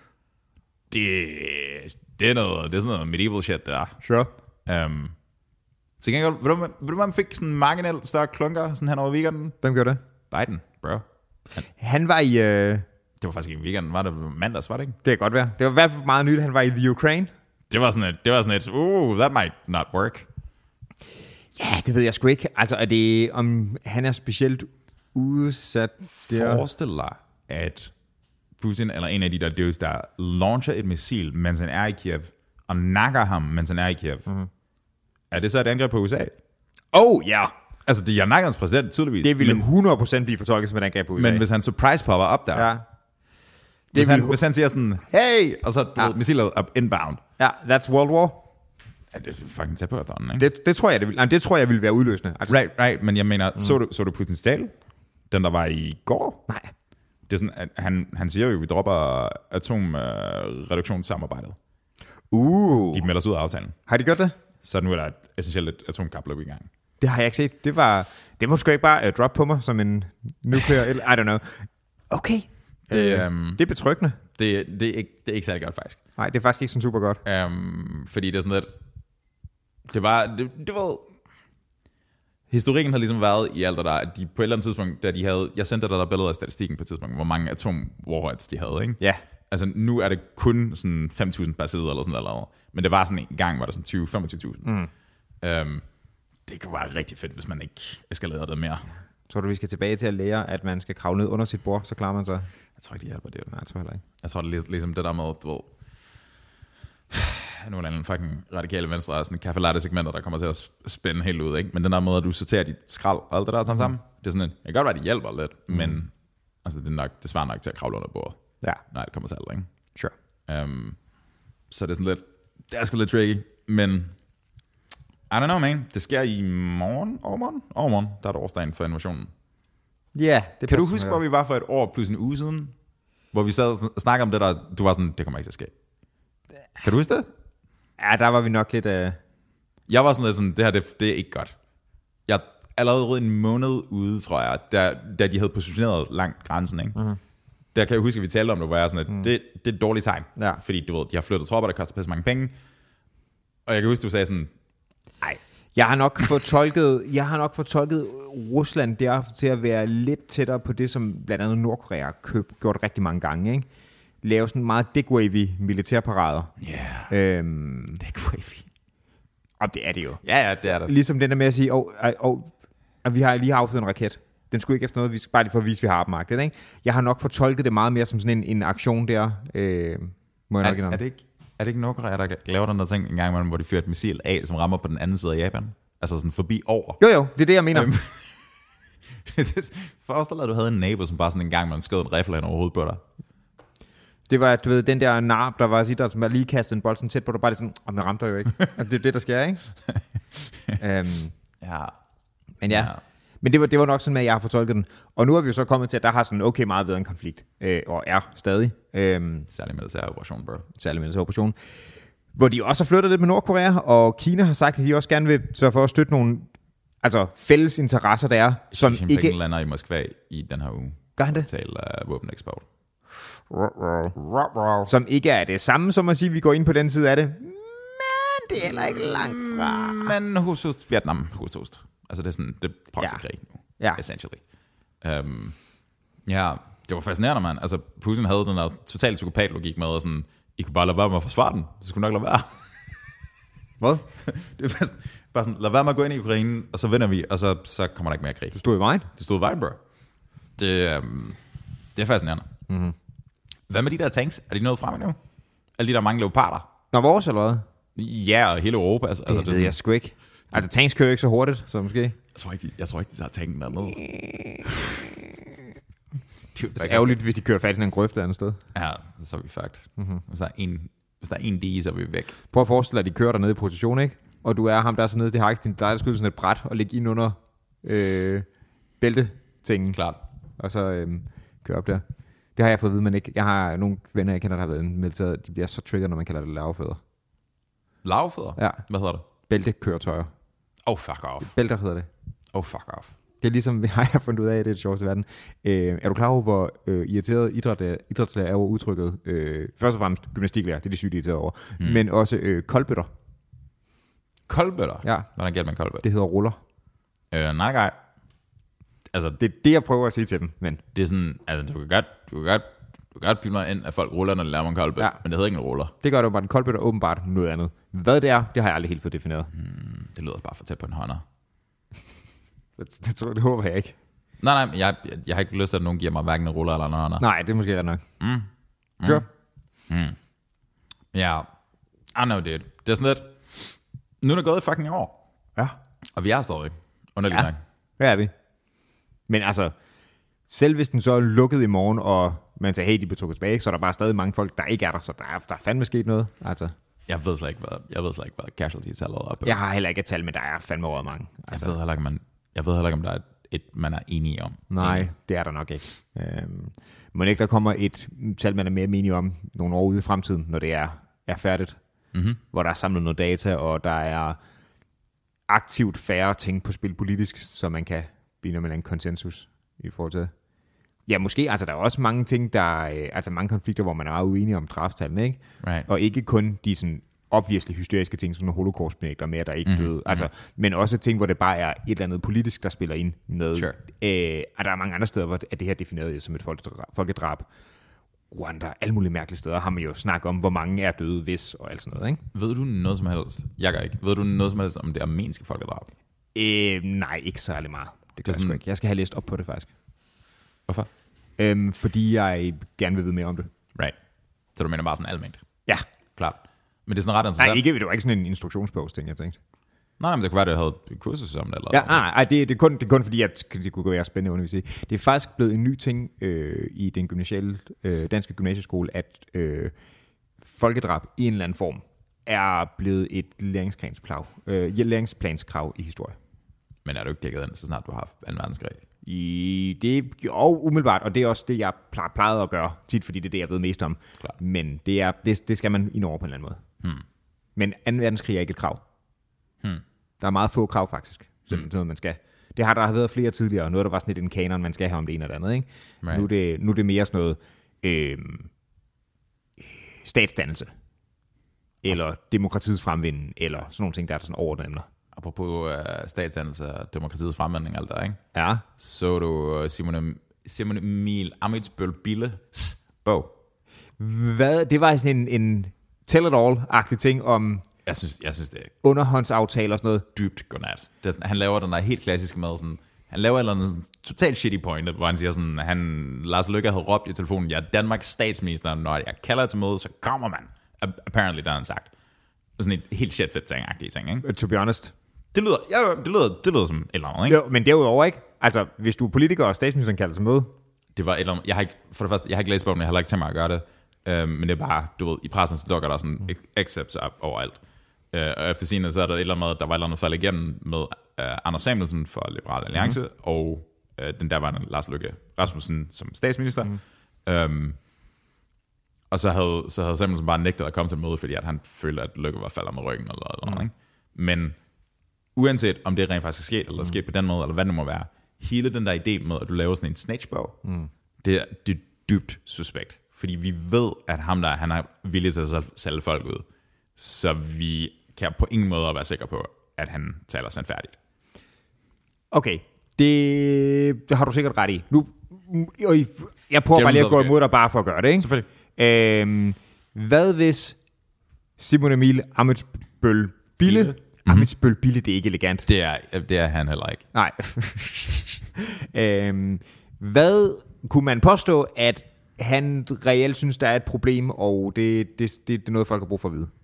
Det, det er noget, det er sådan noget medieval shit, det der. Sure. Um, så kan jeg godt, ved du, ved du, man fik sådan marginalt større klunker sådan hen over weekenden? Hvem gjorde det? Biden, bro. Han, han var i... Øh... Det var faktisk ikke weekenden, var det mandags, var det ikke? Det kan godt være. Det var i hvert fald meget nyt, han var i the Ukraine. Det var sådan et, det var sådan et, uh, that might not work. Ja, det ved jeg sgu ikke. Altså, er det, om han er specielt udsat der? Forestil dig, at Putin eller en af de der dudes, der launcher et missil, mens han er i Kiev, og nakker ham, mens han er i Kiev. Mm-hmm. Er det så et angreb på U S A? Oh, ja. Yeah. Altså, de har nakket hans præsident, tydeligvis. Det ville men, hundrede procent blive fortolket som et angreb på U S A. Men hvis han surprise popper op der, ja. hvis, han, hvis han siger sådan, hey, og så ja. missilet up inbound. Ja, that's World War. Ja, det er fucking tæt på efterhånden, ikke? Det, det tror jeg, det vil, nej, det tror jeg vil være udløsende. Altså, right, right, men jeg mener, mm. så, du, så du Putins tale? Den, der var i går? Nej. Det er sådan, at han, han siger jo, at vi dropper atomreduktionssamarbejdet. Uh. De melder sig ud af aftalen. Har de gjort det? Så nu er der et essentielt et atomkapløb i gang. Det har jeg ikke set. Det var, det må sgu ikke bare uh, drop på mig som en nuclear, I don't know. Okay. Det, uh, um, det er betryggende. Det, det, er ikke, det er ikke særlig godt, faktisk. Nej, det er faktisk ikke sådan super godt. Um, fordi det er sådan lidt, det var, det, det var, historikken har ligesom været i alt det der, at de på et eller andet tidspunkt, da de havde, jeg sendte dig der billeder af statistikken på et tidspunkt, hvor mange atom-warheads de havde, ikke? Ja. Altså nu er det kun sådan fem tusind per side eller sådan noget, men det var sådan en gang, var det sådan tyve til femogtyve tusind. Mm. Um, det kunne være rigtig fedt, hvis man ikke eskalerede det mere. Tror du, vi skal tilbage til at lære, at man skal kravle ned under sit bord, så klarer man sig? Jeg tror ikke, de hjælper det. Nej, jeg tror heller ikke. Jeg tror, det er ligesom det der med, du ved, nogle af den fucking radikale venstre er sådan kaffe latte segmenter, der kommer til at spænde helt ud, ikke? Men den der måde, at du sorterer dit skrald og alt det der sammen, mm. det er sådan, det kan godt være, at de hjælper lidt, mm. men altså, det er nok, det svarer nok til at kravle under bordet. Ja. Nej, det kommer selv, ikke? Sure. Um, så det er sådan lidt, det er sgu lidt tricky, men I don't know, man. Det sker i morgen, overmorgen, overmorgen, der er det årsdagen for invasionen. Ja, yeah, det kan du huske, hvor vi var for et år plus en uge siden? Hvor vi sad og snakkede om det der, du var sådan, det kommer ikke til at ske. Kan du huske det? Ja, der var vi nok lidt... Uh... Jeg var sådan lidt sådan, det her, det, det er ikke godt. Jeg allerede en måned ude, tror jeg, da, da de havde positioneret langt grænsen, ikke? Mm-hmm. Der kan jeg huske, at vi talte om det, hvor jeg sådan, at mm. det, det er et dårligt tegn. Ja. Fordi du ved, de har flyttet tropper, der koster pisse mange penge. Og jeg kan huske, du sagde sådan, nej. Jeg har nok fortolket, jeg har nok fortolket Rusland der til at være lidt tættere på det, som blandt andet Nordkorea har gjort rigtig mange gange, ikke? Lave sådan meget dick-wavy militærparader. Ja, yeah. øhm, dick-wavy. Og det er det jo. Ja, ja, det er det. Ligesom den der med at sige, åh, oh, oh, oh, vi har lige affyret en raket. Den skulle ikke efter noget, vi skal bare lige for at vise, at vi har opmagt det, ikke? Jeg har nok fortolket det meget mere som sådan en, en aktion der. Øh, må jeg er, nok er, det ikke, er det ikke Nordkorea, der laver den der ting en gang imellem, hvor de fyrer et missil af, som rammer på den anden side af Japan? Altså sådan forbi over. Jo jo, det er det, jeg mener. Forestil dig, at du havde en nabo, som bare sådan en gang man skød en rifle hen over hovedet på dig. Det var, du ved, den der narp, der var der, som var lige kastet en bold sådan tæt på dig, bare det sådan, oh, den ramte dig jo ikke. Altså, det er det, der sker, ikke? um, ja. Men ja, ja. Men det var, det var nok sådan, at jeg har fortolket den. Og nu er vi jo så kommet til, at der har sådan okay meget været en konflikt, øh, og er stadig. Øh, Særlig militær operation, bro. Særlig militær operation. Hvor de også har flyttet lidt med Nordkorea, og Kina har sagt, at de også gerne vil sørge for at støtte nogle altså, fælles interesser, der er. Som Xi Jinping ikke lander i Moskva i den her uge. Gør han det? Til uh, våbeneksport. Som ikke er det samme som at sige, at vi går ind på den side af det. Men det er heller ikke langt fra. Men hos, hos Vietnam, hos, hos. Altså det er sådan, det er proxykrig nu, ja. essentially. Um, ja, det var fascinerende, mand. Altså Putin havde den der totalt psykopatlogik med, og sådan, I kunne bare lade være med at forsvare den, så skulle nok lade være. Hvad? Det er bare sådan, bare sådan, lad være med at gå ind i Ukraine, og så vinder vi, og så, så kommer der ikke mere krig. Du stod i vejen? Du stod i vejen, bro. Det, um, det er fascinerende. Mm-hmm. Hvad med de der tanks? Er de nået frem endnu? Alle de der mange leoparder? Nå, vores eller hvad? Ja, og hele Europa. Altså, det altså, det ved jeg sgu ikke. Altså, tanks kører ikke så hurtigt, så måske. Jeg tror ikke, de, jeg tror ikke, de tager tanken dernede. Det er ærgerligt, hvis de kører fat i en grøft et andet sted. Ja, så er vi fucked. Mm-hmm. Hvis der er en, hvis der er en dige, så er vi væk. Prøv at forestille dig, at de kører dernede i position, ikke? Og du er ham, der er så nede, det har ikke din der skyde sådan et bræt og ligge ind under øh, bæltetingen. Klart. Og så øh, køre op der. Det har jeg fået at vide, men ikke. Jeg har nogle venner, jeg kender, der har været militæret. De bliver så trigget, når man kalder det lavfødder. Lavfødder? Ja. Hvad hedder det? Bæltekøretøjer. Oh, fuck off. Bælter hedder det. Oh, fuck off. Det er ligesom, vi har fundet ud af, at det er det sjoveste i verden. Øh, er du klar over, hvor øh, irriteret idræt er, idrætslærer er over udtrykket? Øh, først og fremmest gymnastiklærer, det er de sygt irriteret over. Mm. Men også øh, koldbøtter. Koldbøtter? Ja. Hvordan gælder man koldbøtter? Det hedder ruller. Øh, nej, nej. Altså, det er det, jeg prøver at sige til dem. Men. Det er sådan, altså du kan godt, du kan godt, du kan godt bilde mig ind, at folk ruller, når de laver en koldbøtte, ja. Men det hedder ikke en ruller. Det gør det jo bare, en koldbøtte er åbenbart noget andet. Hvad det er, det har jeg aldrig helt fået defineret. Hmm, det lyder bare for tæt på en hånder. det, det, tror, det håber jeg ikke. Nej, nej, jeg, jeg, jeg har ikke lyst til, at nogen giver mig hverken en ruller eller en hånder. Nej, det er måske ret nok. Mm. Mm. Sure. Mm. Ja, I know, dude. Det er sådan lidt, nu er det gået i fucking år. Ja. Og vi er stadig underligt ja. nok. Det er vi. Men altså, selv hvis den så er lukket i morgen, og man siger, hey, de blev trukket tilbage, så er der bare stadig mange folk, der ikke er der, så der er, der er fandme sket noget. Altså. Jeg ved slet ikke, hvad, jeg ved slet ikke, hvad casualty-tallet er oppe. Jeg har heller ikke et tal, men der er fandme over mange. Altså. Jeg ved heller ikke, man, jeg ved heller ikke, om der er et, et man er enige om. Nej, enig. Det er der nok ikke. Øhm, men ikke, der kommer et tal, man er mere enige om nogle år ude i fremtiden, når det er, er færdigt. Mm-hmm. Hvor der er samlet noget data, og der er aktivt færre ting på spil politisk, så man kan blive med en konsensus i forhold til. Ja, måske, altså der er også mange ting, der øh, altså mange konflikter, hvor man er meget uenig om draftstallene, ikke? Right. Og ikke kun de sådan obviously hysteriske ting, som holocaust-benægter med, der ikke mm-hmm. døde, altså, mm-hmm. men også ting, hvor det bare er et eller andet politisk, der spiller ind med. Sure. Øh, og der er mange andre steder, hvor det her er defineret som et folkedrab. Rwanda, alle mulige mærkelige steder, har man jo snakket om, hvor mange er døde, hvis, og alt sådan noget, ikke? Ved du noget som helst? Jeg gør ikke. Ved du noget som helst om det armenske folkedrab? Øh, nej, ikke særlig meget. Det gør det jeg sådan... ikke. Jeg skal have læst op på det, faktisk. Hvorfor? Øhm, fordi jeg gerne vil vide mere om det. Right. Så du mener bare sådan almindeligt? Ja. Klart. Men det er sådan ret interessant. Nej, ikke, det var ikke sådan en instruktionsbog, ting jeg tænkte. Nej, men det kunne være, at jeg havde et kursus om det. Eller ja, nej, nej det, det, er kun, det er kun fordi, at det kunne være spændende at undervise. Det er faktisk blevet en ny ting øh, i den gymnasiale, øh, danske gymnasieskole, at øh, folkedrab i en eller anden form er blevet et læringsplanskrav, øh, læringsplanskrav i historie. Men er du ikke dækket ind, så snart du har haft anden verdenskrig? I det jo umiddelbart, og det er også det, jeg plejede at gøre tit, fordi det er det, jeg ved mest om. Klar. Men det, er, det, det skal man ind over på en eller anden måde. Hmm. Men anden verdenskrig er ikke et krav. Hmm. Der er meget få krav faktisk, så hmm. noget man skal. Det har der har været flere tidligere, noget der var sådan lidt en kanon, man skal have om det ene eller andet. Ikke? Right. Nu, er det, nu er det mere sådan noget øh, statsdannelse, eller demokratiets fremvinden, eller sådan nogle ting, der er der sådan overordnede emner. Apropos uh, statsdannelse og demokratiets fremvinding, alt der, ikke? Ja. Så du Simon, Simon Emil Ammitzbøll-Billes bog? Hvad? Det var sådan en, en tell-it-all-agtig ting om jeg synes, jeg synes det er underhåndsaftaler og sådan noget. Dybt godnat. Det er, han laver den der helt klassiske med sådan, han laver et eller andet totalt shitty point, hvor han siger sådan, han, Lars Løkke havde råbt i telefonen, jeg er Danmarks statsminister, når jeg kalder til møde, så kommer man. Apparently, der har han sagt. Sådan et helt shit fedt ting-agtige ting, ikke? To be honest. Det lyder, ja, det lyder, det lyder som et eller andet, ikke? Jo, men derudover ikke. Altså, hvis du er politiker, og statsministeren kalder til møde. Det var et eller andet, jeg har ikke, for det første, jeg har ikke læst bogen, jeg har heller ikke tænkt mig at gøre det. Uh, men det er bare, du ved, i pressen så dukker der sådan mm. accepts op overalt. Uh, og efter scenen, så er der et eller andet, der var et eller andet faldet igennem med uh, Anders Samuelsen for Liberal Alliance, mm. og uh, den der var Lars Løkke Rasmussen som statsminister. Mm. Um, og så havde, så havde Samuelsen bare nægtet at komme til møde, fordi at han følte, at Løkke var faldet med ryggen, eller eller andet, mm. ikke? Men uanset om det rent faktisk er sket, eller er sket på den måde, eller hvad det må være, hele den der idé med, at du laver sådan en snitchbog, mm. det, er, det er dybt suspekt. Fordi vi ved, at ham der, han er villig til at sælge folk ud. Så vi kan på ingen måde være sikre på, at han taler sandfærdigt. Okay, det, det har du sikkert ret i. Nu, jeg prøver bare lige at gå imod dig bare for at gøre det, ikke? Selvfølgelig. Øhm, hvad hvis Simon Emil Ammitzbøll-Bille... Mm-hmm. Ammitzbøll-Bille, det er ikke elegant. Det er, det er han heller ikke. Nej. øhm, hvad kunne man påstå, at han reelt synes, der er et problem, og det, det, det, det er noget, folk har brug for at vide?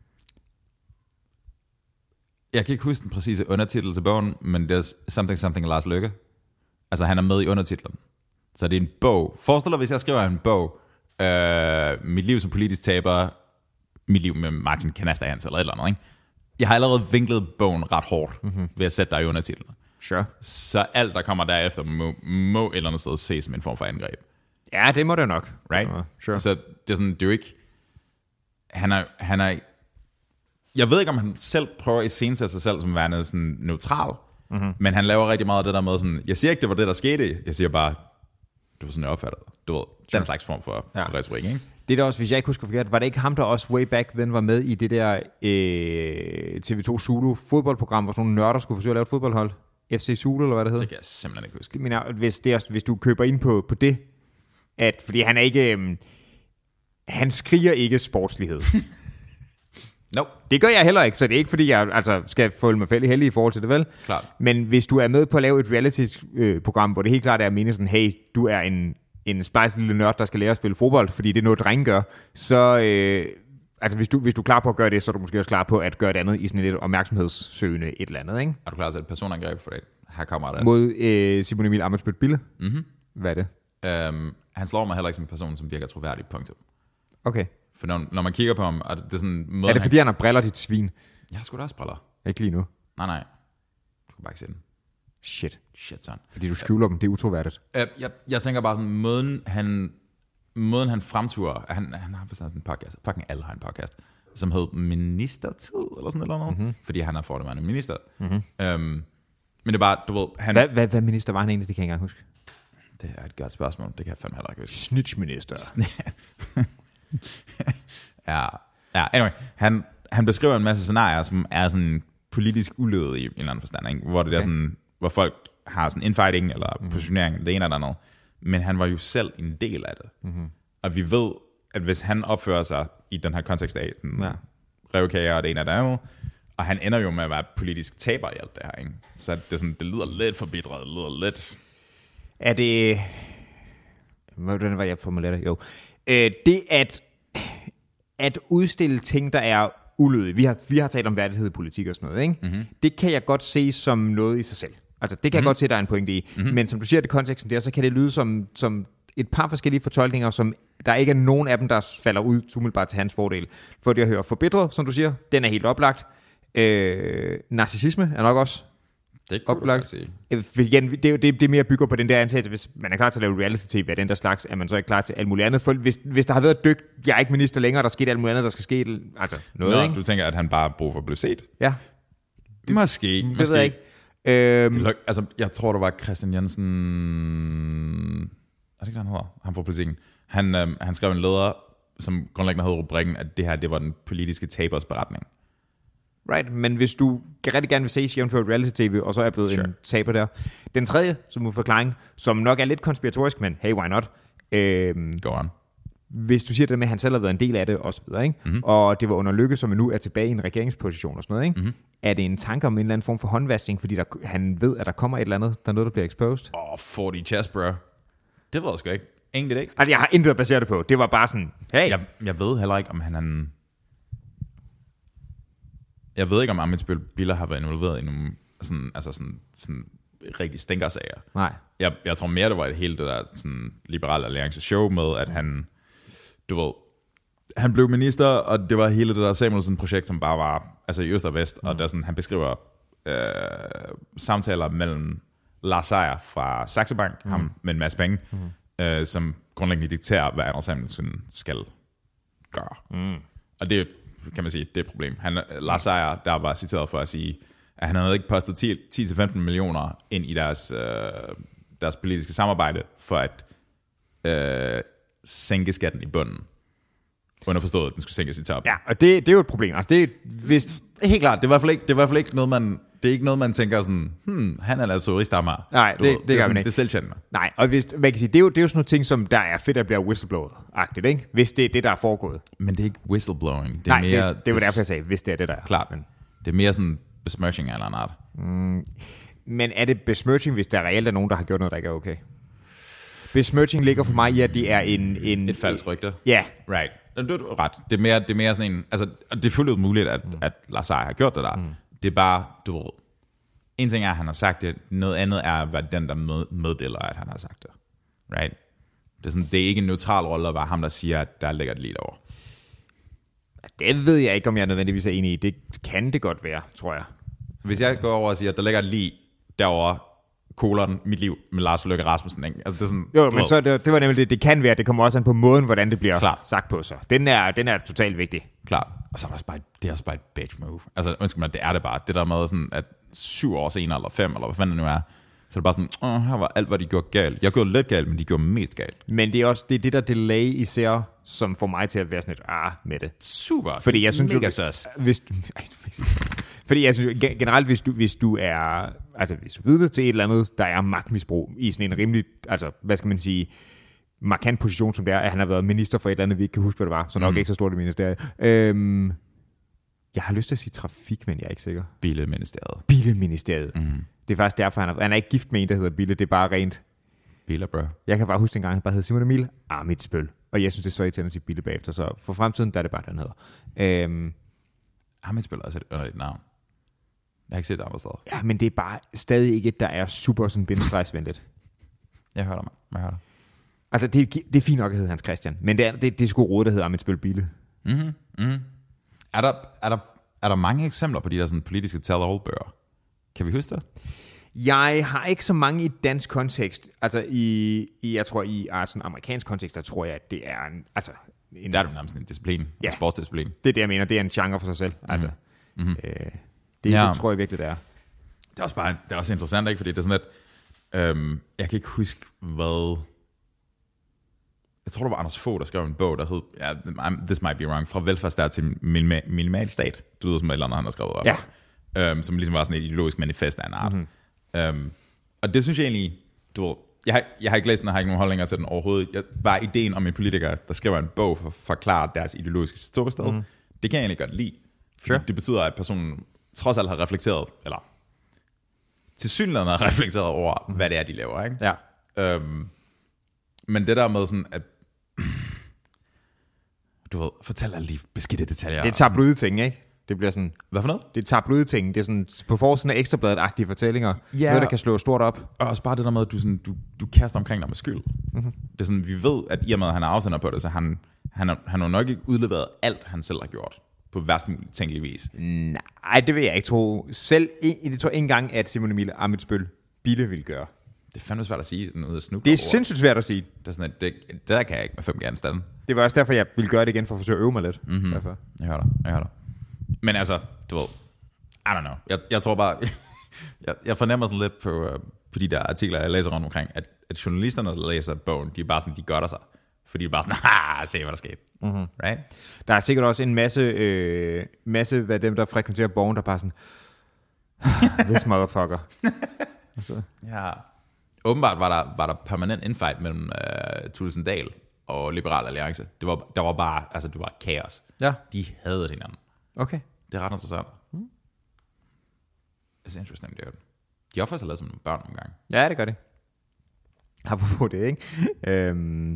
Jeg kan ikke huske den præcise undertitel til bogen, men det er Something Something Lars Løkke. Altså, han er med i undertitlen. Så det er en bog. Forestil dig, hvis jeg skriver en bog, øh, Mit liv som politisk taber, Mit liv med Martin Kanaster Hans, eller et eller andet, ikke? Jeg har allerede vinklet bogen ret hårdt, mm-hmm. ved at sætte dig i undertitlen. Sure. Så alt, der kommer derefter, må, må et eller andet sted ses som en form for angreb. Ja, det må det nok. Right? Ja, sure. Så det er sådan, det er jo ikke... Han er, han er... Jeg ved ikke, om han selv prøver at iscenesætte sig selv som værende sådan neutral, mm-hmm. men han laver rigtig meget af det der med sådan, jeg siger ikke, det var det, der skete. Jeg siger bare, det var sådan, jeg opfattede det. Du ved, sure. Den slags form for, ja. for retorik, ikke? Det er da også, hvis jeg ikke husker forkert, var det ikke ham, der også way back then var med i det der øh, T V to Zulu fodboldprogram, hvor sådan nogle nørder skulle forsøge at lave et fodboldhold? F C Zulu, eller hvad det hedder? Det kan jeg simpelthen ikke huske. Men hvis, det er, hvis du køber ind på, på det, at, fordi han er ikke, øh, han skriger ikke sportslighed. No. Det gør jeg heller ikke, så det er ikke, fordi jeg altså, skal føle mig fældig heldig i forhold til det, vel? Klart. Men hvis du er med på at lave et reality-program, hvor det helt klart er at mene sådan, hey, du er en, en splejs lille nørd, der skal lære at spille fodbold, fordi det er noget, drenge gør, så øh, altså, hvis, du, hvis du er klar på at gøre det, så er du måske også klar på at gøre det andet i sådan et opmærksomhedssøgende et eller andet, ikke? Er du klar til et personangreb for det? Her kommer det. Mod øh, Simon Emil Ammitzbøll-Bille? Mm-hmm. Hvad er det? Um, han slår mig heller ikke som en person, som virker troværdig, punktum. Okay. For når, når man kigger på ham, er det, det er sådan... Måde, er det fordi, han, han har briller, dit svin? Jeg har sgu da også briller. Ikke lige nu. Nej, nej. Du kan bare ikke se den. Shit. Shit, sådan. Fordi du skjuler uh, dem, det er utroværdigt. Uh, jeg, jeg tænker bare sådan, måden han, måden han fremturer... Han, han har sådan en podcast. Fucking alle har en podcast. Som hedder Ministertid, eller sådan noget. Mm-hmm. Fordi han er fordelmand minister. Mm-hmm. Um, men det er bare, du ved... Han, hvad, hvad, hvad minister var han egentlig? Det kan jeg ikke engang huske. Det er et godt spørgsmål. Det kan jeg fandme heller ikke huske. Snitchminister. ja, ja, anyway, han, han beskriver en masse scenarier, som er sådan politisk ulødet i en eller anden forstand, ikke? Hvor det okay. er sådan, hvor folk har sådan infighting eller mm-hmm. positionering, det ene eller andet. Men han var jo selv en del af det. Mm-hmm. Og vi ved, at hvis han opfører sig i den her kontekst af den ja. revkager og det ene og det andet, og han ender jo med at være politisk taber i alt det her, ikke? Så det, er sådan, det lyder lidt forbitret, det lyder lidt... Er det... Hvordan var jeg formuleret det? Jo. Øh, det at, at udstille ting, der er ulødige. Vi har, vi har talt om værdighed i politik og sådan noget, ikke? Mm-hmm. Det kan jeg godt se som noget i sig selv. Altså, det kan mm-hmm. jeg godt se, der er en pointe i. Mm-hmm. Men som du siger, det konteksten der, så kan det lyde som, som et par forskellige fortolkninger, som der ikke er nogen af dem, der falder ud umiddelbart til hans fordel. For det at høre forbitret, som du siger, den er helt oplagt. Øh, narcissisme er nok også det kunne oplagt. Sige. Igen, det, det, det er mere bygger på den der antagelse, hvis man er klar til at lave reality-tv af den der slags, er man så ikke klar til alt muligt andet. For hvis, hvis der har været dygt, jeg er ikke minister længere, der skete alt muligt andet, der skal ske, altså noget, Nå, ikke? Du tænker, at han bare har brug for at blive set? Ja. Det, måske, det måske. ved jeg ikke. Øhm, det, altså, jeg tror, det var Christian Jensen, er det ikke, han hedder? Han fra Politikken. Han, øhm, han skrev en leder, som grundlæggende havde rubrikken, at det her, det var den politiske tabers beretning. Right, men hvis du rigtig gerne vil se jævnført reality-tv, og så er blevet sure. en taber der. Den tredje, som er forklaring, som nok er lidt konspiratorisk, men hey, why not? Øhm, Go on. Hvis du siger det med, at han selv har været en del af det, og så videre, ikke? Mm-hmm. Og det var under Lykke, som nu er tilbage i en regeringsposition og sådan noget, ikke? Mm-hmm. Er det en tanke om en eller anden form for håndvaskning, fordi der, han ved, at der kommer et eller andet, der er noget, der bliver exposed? Åh, oh, fyrre chess, bro. Det ved jeg sgu ikke. Egentlig ikke. Altså, jeg har intet at basere det på. Det var bare sådan, hey. Jeg, jeg ved heller ikke, om han er en... Jeg ved ikke, om Amitsbøl Bille har været involveret i nogle sådan, altså sådan, sådan rigtig stinkersager. Nej. Jeg, jeg tror mere, det var et hele det der sådan, Liberal Alliance show med, at han, du ved, han blev minister, og det var hele det der Samuelsen-projekt, som bare var altså i øst og vest, mm. og der sådan, han beskriver øh, samtaler mellem Lars Seier fra Saxo Bank, mm. ham med en masse penge, mm. øh, som grundlæggende dikterer, hvad Anders Samuelsen skal gøre. Mm. Og det kan man sige, det er et problem. Han, Lars Seier, der var citeret for at sige, at han havde ikke postet ti til femten millioner ind i deres, øh, deres politiske samarbejde, for at øh, sænke skatten i bunden. Underforstået, at den skulle sænkes i top. Ja, og det, det er jo et problem. Altså, det, hvis... Helt klart, det er i hvert fald ikke, det er i hvert fald ikke noget, man... Det er ikke noget, man tænker sådan, hmm, han er altså turistdammer. Nej, det, det, det, det gør man ikke. Det er selvkendende. Nej, og hvis, hvad kan sige, det, er jo, det er jo sådan nogle ting, som der er fedt at blive whistleblower-agtigt, ikke? Hvis det er det, der er foregået. Men det er ikke whistleblowing. Det er Nej, mere, det, det var derfor, jeg sagde, hvis det er det, der er. Klart, men det er mere sådan besmirching af en eller anden art. Mm, men er det besmirching, hvis der reelt er nogen, der har gjort noget, der ikke er okay? Besmirching ligger for mig i, at det er en... en Et falsk rygte? Ja. Yeah. Right. Du er ret. Det er mere, det er mere sådan en... Altså, det er fuldt ud muligt, at, mm. at Lars Seier har gjort det der. Mm. Det er bare, du ved... En ting er, at han har sagt det. Noget andet er, hvad den, der meddeler, at han har sagt det. Right? Det er, sådan, det er ikke en neutral rolle at være ham, der siger, at der ligger et lige over. Det ved jeg ikke, om jeg nødvendigvis er enig i. Det kan det godt være, tror jeg. Hvis jeg går over og siger, at der ligger et lige derovre, kolon, mit liv med Lars Løkke Rasmussen. Ikke? Altså, det er sådan, jo, men så, det, det var nemlig det. Det kan være, det kommer også an på måden, hvordan det bliver Klar. sagt på sig. Den er, den er totalt vigtig. Klart. Og så er det også bare, det er også bare et bitch move. Altså, ønsker man, det er det bare. Det der med sådan, at syv år senere, eller fem, eller hvad fanden det nu er, så er det bare sådan, åh, her var alt, hvad de gjorde galt. Jeg gjorde lidt galt, men de gjorde mest galt. Men det er også det, er det der delay især, som får mig til at være sådan et, ah, med det. Super. Fordi jeg synes, mega du, søs. Hvis, ej, fordi jeg synes, generelt, hvis du, hvis du er, altså hvis du vidne til et eller andet, der er magtmisbrug i sådan en rimelig, altså, hvad skal man sige, markant position, som det er, at han har været minister for et eller andet, vi ikke kan huske, hvad det var, så nok mm. ikke så stort et ministerie. Øhm, jeg har lyst til at sige trafik, men jeg er ikke sikker. Bileministeriet. Bileministeriet. Mm. Det er faktisk derfor, han er, han er ikke gift med en, der hedder Bille, det er bare rent. Bille, bro. Jeg kan bare huske en gang, han bare hed Simon Emil Amitsbøl, og jeg synes, det er så irriterende til Bille bagefter, så for fremtiden, der er det bare, den hedder. Øhm, Amitsbøl er også et underligt navn. Jeg har ikke set det andre steder. Ja, men det er bare stadig ikke et, der er super sådan bindestregsvenligt. Jeg hører dig, man. Jeg hører dig. Altså, det, det er fint nok at hedde Hans Christian, men det er, det, det er sgu råd, der hedder Amitsbøl Bille. Mm-hmm. Mm-hmm. Er, der, er, der, er der mange eksempler på de der sådan politiske tell-all-bøger? Kan vi huske det? Jeg har ikke så mange i dansk kontekst. Altså, i, i jeg tror, i sådan amerikansk kontekst, der tror jeg, at det er en... Altså, en der er det nærmest en disciplin. Ja, en sportsdisciplin. Det er det, jeg mener. Det er en genre for sig selv. Mm-hmm. Altså, mm-hmm. øh, det, ja. det tror jeg virkelig, det er. Det er også bare det er også interessant, ikke? Fordi det er sådan, at øhm, jeg kan ikke huske, hvad... Jeg tror, det var Anders Fogh, der skrev en bog, der hed yeah, This Might Be Wrong, fra velfærdsstat til minimal stat. Det lyder som et eller andet, han har skrevet op. Ja. Øhm, som ligesom var sådan et ideologisk manifest af en art. Mm-hmm. Øhm, og det synes jeg egentlig, du ved, jeg har, jeg har ikke læst den, og har ikke nogen holdninger til den overhovedet. Jeg, bare ideen om en politiker, der skriver en bog for at forklare deres ideologiske ståsted, mm. det kan jeg egentlig godt lide. Sure. Det betyder, at personen trods alt har reflekteret, eller tilsyneladende har reflekteret over, mm. hvad det er, de laver. Ikke? Ja. Øhm, men det der med sådan, at du ved, fortæl alle de beskidte detaljer. Det er tabloide ting, ikke? Det bliver sådan... Hvad for noget? Det er tabloid-ting. Det er sådan på forsiden af Ekstrabladet-agtige fortællinger. Ja. Noget, der kan slå stort op. Og også bare det der med, at du, sådan, du, du kaster omkring dig med skyld. Mm-hmm. Det er sådan, vi ved, at i og med, at han er afsender på det, så han, han, han har nok ikke udleveret alt, han selv har gjort. På værst muligt tænkelig vis. Nej, det vil jeg ikke tro. Selv, det tror jeg ikke engang, at Simon Emil Ammitzbøll Bille vil gøre. Det er fandme svært at sige noget at snuppe Det er over. sindssygt svært at sige. Det er sådan, at det, det der kan jeg ikke med fem genstande. Det var også derfor, jeg ville gøre det igen, for at forsøge at øve mig lidt. Mm-hmm. Jeg hører dig, jeg hører dig. Men altså, du ved, I don't know. Jeg, jeg tror bare, jeg, jeg fornemmer sådan lidt på, uh, på de der artikler, jeg læser rundt omkring, at, at journalisterne, der læser bogen, de er bare sådan, de gør der sig. Fordi de er bare sådan, haha, se hvad der skete. Mm-hmm. Right? Der er sikkert også en masse, øh, masse af dem, der frekventerer bogen, der bare sådan, this motherfucker. Så. Ja. Åbenbart var der, var der permanent infight mellem uh, Thulesen Dahl og Liberal Alliance. Det var, der var bare, altså det var kaos. Ja. De havde hinanden. Okay. Det er ret interessant. Hmm. It's interesting, dude. De opfører sig lidt som nogle børn nogle gange. Ja, det gør det. Apropos det, ikke? øhm,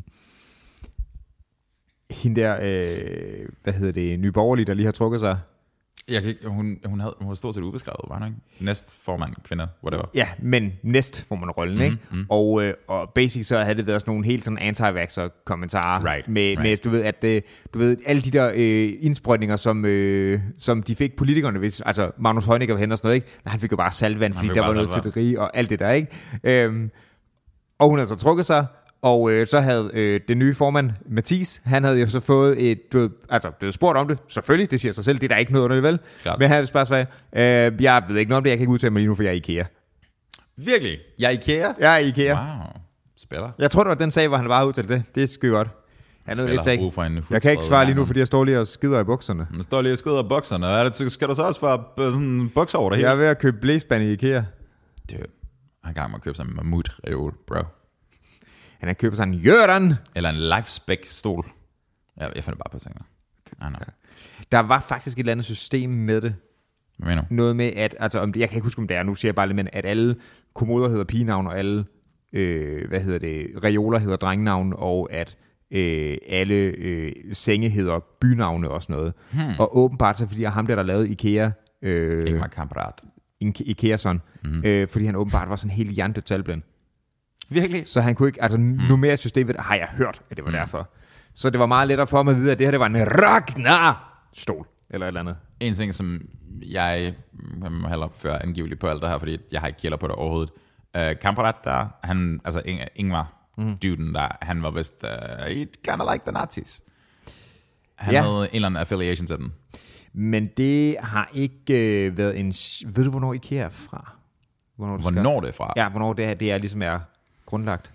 hende der, øh, hvad hedder det, Nye Borgerlige, der lige har trukket sig. Jeg kan ikke, hun, hun, havde, hun var stort set ubeskrevet, var hun ikke? Næst formand, kvinder, whatever. Ja, men næst får man rollen, mm-hmm, ikke? Mm. Og, øh, og basic så havde det været sådan nogle helt sådan anti-vaxxer kommentarer. Right, med, right. med, du ved, at øh, du ved, alle de der øh, indsprøjtninger, som, øh, som de fik politikerne, hvis, altså Magnus Heunicke var hen og sådan noget, ikke? Men han fik jo bare saltvand, fordi der var noget til det rige og alt det der, ikke? Øhm, og hun havde så trukket sig, og øh, så havde øh, den nye formand, Mathis, han havde jo så fået et, du ved, altså blevet spurgt om det, selvfølgelig, det siger sig selv, det er der ikke noget under det, vel? Klart. Men han havde bare svaret, øh, jeg ved ikke noget om det, jeg kan ikke udtale mig lige nu, for jeg er IKEA. Virkelig? Jeg er IKEA? Jeg er IKEA. Wow, spiller. Jeg tror, det var den sag, hvor han bare udtalte det. Det er skide godt. Han spiller, lidt ikke. Jeg kan ikke svare lige nu, fordi jeg står lige og skider i bukserne. Jeg står lige og skider i bukserne. Er det, skal der så også være sådan bukser over det hele? Jeg er ved at købe blæsband i IKEA. Dude, jeg er i gang med at købe sådan en mammut-reol, bro. Han har købt sådan en Jørgen. Eller en Lifespec-stol. Jeg, jeg finder bare på tingene. Ja. Der var faktisk et eller andet system med det. Hvad mener du? Noget med, at, altså, om det, jeg kan ikke huske, om det er, nu siger jeg bare lidt, men at alle kommoder hedder pigenavn, og alle, øh, hvad hedder det, reoler hedder drengenavn, og at øh, alle øh, senge hedder bynavne og sådan noget. Hmm. Og åbenbart så, fordi jeg ham der, der lavede IKEA, øh, Ingmar Kamprad. IKEA-son, mm-hmm. øh, fordi han åbenbart var sådan helt hjernedødt talblind. Virkelig? Så han kunne ikke, altså mm. numerisk systemet har jeg hørt, at det var mm. derfor. Så det var meget lettere for mig at vide, at det her, det var en Ragnar-stol, eller et eller andet. En ting, som jeg, jeg må hellere føre angiveligt på alt det her, fordi jeg har ikke kilder på det overhovedet. Uh, Kamprad der, han, altså Ingmar, mm. duden der, han var vist, uh, he kind of like the Nazis. Han ja. havde en eller anden affiliation til den. Men det har ikke øh, været en, ved du hvornår IKEA er fra? Hvornår, det, hvornår det er fra? Ja, hvornår det, det er ligesom er grundlagt.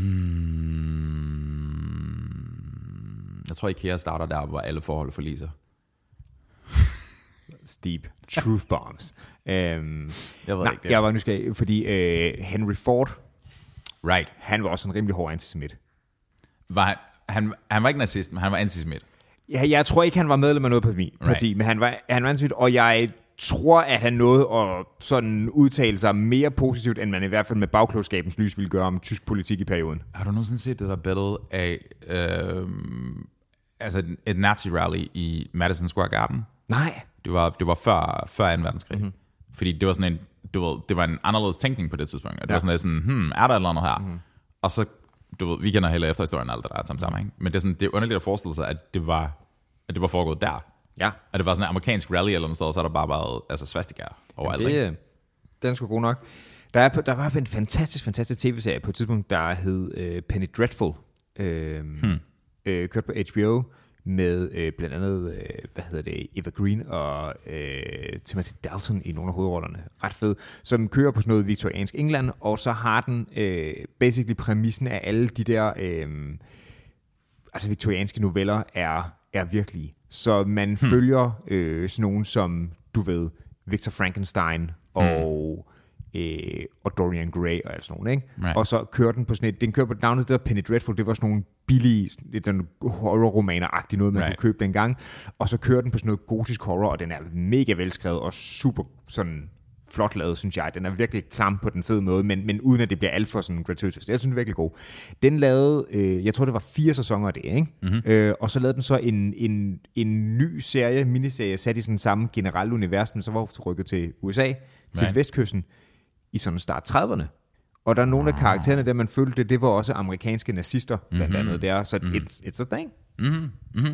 Hmm. Jeg tror IKEA starter der, hvor alle forhold forliser. Steep. Truth bombs. um, jeg ved nej, ikke det. Jeg var nysgerrig, fordi øh, Henry Ford, right. han var også en rimelig hård antisemit. Var han, han, han var ikke nazist, men han var antisemit. Ja, jeg tror ikke, han var medlem af noget parti, right. men han var, han var antisemit, og jeg tror, at han nåede at sådan udtale sig mere positivt, end man i hvert fald med bagklogskabens lys ville gøre om tysk politik i perioden. Har du nogensinde set det der billede af øh, altså et nazi-rally i Madison Square Garden? Nej. Det var, det var før, før anden verdenskrig. Mm-hmm. Fordi det var sådan en, du ved, det var en anderledes tænkning på det tidspunkt. Og det ja. var sådan lidt sådan, hmm, er der et eller andet her? Mm-hmm. Og så, du ved, vi kender hele efterhistorien og alt det der sammen, ikke? Men det er sådan, det er underligt at forestille sig, at det var, at det var foregået der. Ja. At det var sådan en amerikansk rally eller noget sted, så er der bare været altså svastika overalt. Det, ikke? Den er sgu god nok. Der, er, der var en fantastisk, fantastisk tv-serie på et tidspunkt, der hed øh, Penny Dreadful. Øh, hmm. øh, kørt på H B O med øh, blandt andet, øh, hvad hedder det, Eva Green og øh, Timothy Dalton i nogle af hovedrollerne. Ret fed. Som kører på sådan noget viktoriansk England, og så har den øh, basically præmissen af alle de der øh, altså viktorianske noveller er, er virkelige. Så man hmm. følger øh, sådan nogen som, du ved, Victor Frankenstein og, hmm. øh, og Dorian Gray og alt sådan nogen, ikke? Right. Og så kører den på sådan et, den kører på navnet der Penny Dreadful, det var sådan nogle billige, lidt sådan horror-romaner-agtige noget, man right. kunne købe dengang. Og så kører den på sådan noget gotisk horror, og den er mega velskrevet og super sådan flot lavet, synes jeg. Den er virkelig klam på den fede måde, men, men uden at det bliver alt for sådan gratuitous. Jeg synes, den er virkelig god. Den lavede, øh, jeg tror, det var fire sæsoner af det, ikke? Mm-hmm. Øh, og så lavede den så en, en, en ny serie, miniserie, sat i sådan samme generelle univers, men så var hun rykket til U S A, til right. Vestkysten, i sådan start trediverne. Og der er nogle af karaktererne, der man følte, det, det var også amerikanske nazister, blandt mm-hmm. andet der, så mm-hmm. it's, it's a thing. Mm-hmm. Mm-hmm.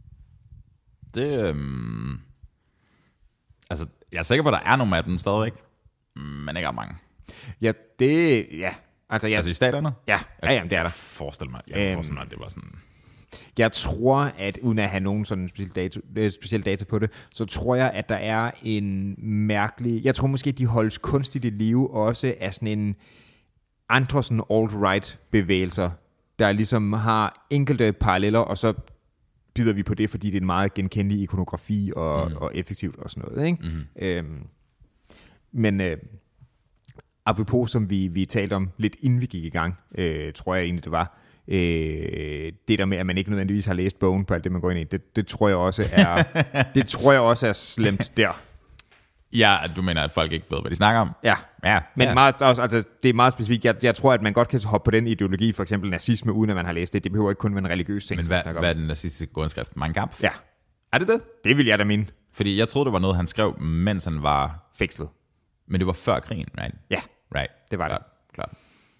Det, øhm... altså, jeg er sikker på, at der er nogle af dem stadigvæk, men ikke ret mange. Ja, det, ja. Altså, jeg, altså i staterne? Ja, ja jamen, det er der. Jeg forestiller mig, jeg kan forestille mig, at det var sådan... Jeg tror, at uden at have nogen sådan speciel data, speciel data på det, så tror jeg, at der er en mærkelig... Jeg tror måske, de holdes kunstigt i live også af sådan en andre sådan alt-right bevægelser, der ligesom har enkelte paralleller, og så bider vi på det, fordi det er en meget genkendelig ikonografi og, mm. og effektivt og sådan noget. Ikke? Mm. Øhm, men øh, apropos, som vi, vi talte om lidt inden vi gik i gang, øh, tror jeg egentlig, det var, øh, det der med, at man ikke nødvendigvis har læst bogen på alt det, man går ind i, det, det tror jeg også er, det tror jeg også er slemt der. Ja, du mener, at folk ikke ved, hvad de snakker om? Ja, ja men ja. Meget, altså, det er meget specifikt. Jeg, jeg tror, at man godt kan hoppe på den ideologi, for eksempel nazisme, uden at man har læst det. Det behøver ikke kun være en religiøs ting. Men hvad, hvad er den nazistiske grundskrift? Mein Kampf? Ja. Er det det? Det vil jeg da mene. Fordi jeg troede, det var noget, han skrev, mens han var... fængslet. Men det var før krigen, right? Ja, right. det var klart, det. Klart.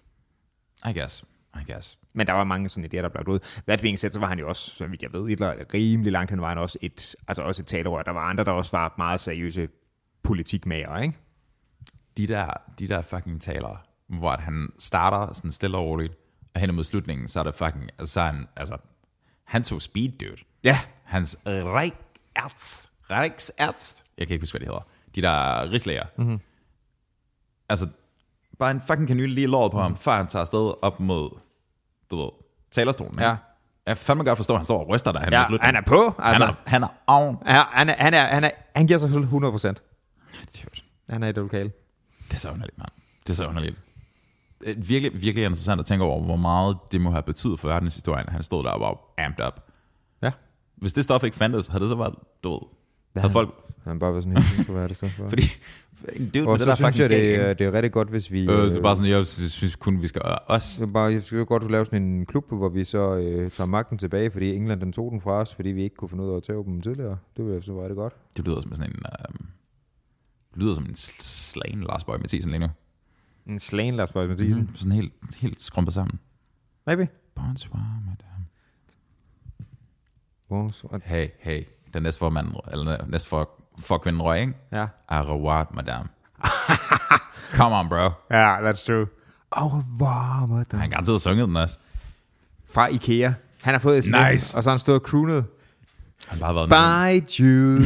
I guess. I guess. Men der var mange sådan idéer, der blev ud. That being said, så var han jo også, så vidt jeg ved, et eller rimelig langt hen vejen også et, altså også et talerør. Der var andre, der også var meget seriøse politikmager, ikke? De der, de der fucking talere, hvor han starter sådan stille og roligt, og hen mod slutningen, så er det fucking, altså han, altså, han tog speed, dude. Ja. Hans Reichsärzt, Reichsärzt, jeg kan ikke huske, hvad det hedder, de der rigslæger. Mm-hmm. Altså, bare en fucking kanyle lige låret på mm. ham, før han tager afsted op mod, du ved, talerstolen. Ja. Jeg fandme godt forstå, at han står og ryster der hen ja, mod slutningen. han er på. Altså. Han er, han er on. Ja, han, er, han, er, han, er, han giver sig hundrede procent. Han er i det lokale. Det er så underligt, mand. Det er så underligt. Det er virkelig, virkelig interessant at tænke over, hvor meget det må have betydet for verdenshistorien, at han stod der og var amped up. Ja. Hvis det stof ikke fandtes, havde det så været død. Havde folk... Han bare var sådan helt for hvad det stod for. Fordi... Dude, og det så der synes jeg, det er, det er rigtig godt, hvis vi... Øh, det er bare sådan, jeg synes kun, vi skal gøre os. Så bare, jeg synes godt, du laver sådan en klub, hvor vi så øh, tager magten tilbage, fordi England den tog den fra os, fordi vi ikke kunne finde ud af at tage dem tidligere. Det ville så være det godt. Det lyder som sådan en... Øh, det lyder som en slagen Lars Boje Mathiesen lige nu. En slagen Lars Boje Mathiesen? Mm, sådan helt, helt skrumpet sammen. Maybe. Bonsoir, madame. Bonsoir. Hey, hey. Den næste for manden, eller næste for, for kvinden røg, ikke? Ja. Au revoir, madame. Come on, bro. Ja, yeah, that's true. Au revoir, madame. Han har garanteret sunget den også. Fra Ikea. Han har fået sms'en, nice. Og så har han stået og croonet. Han har bare været Bye, Jude.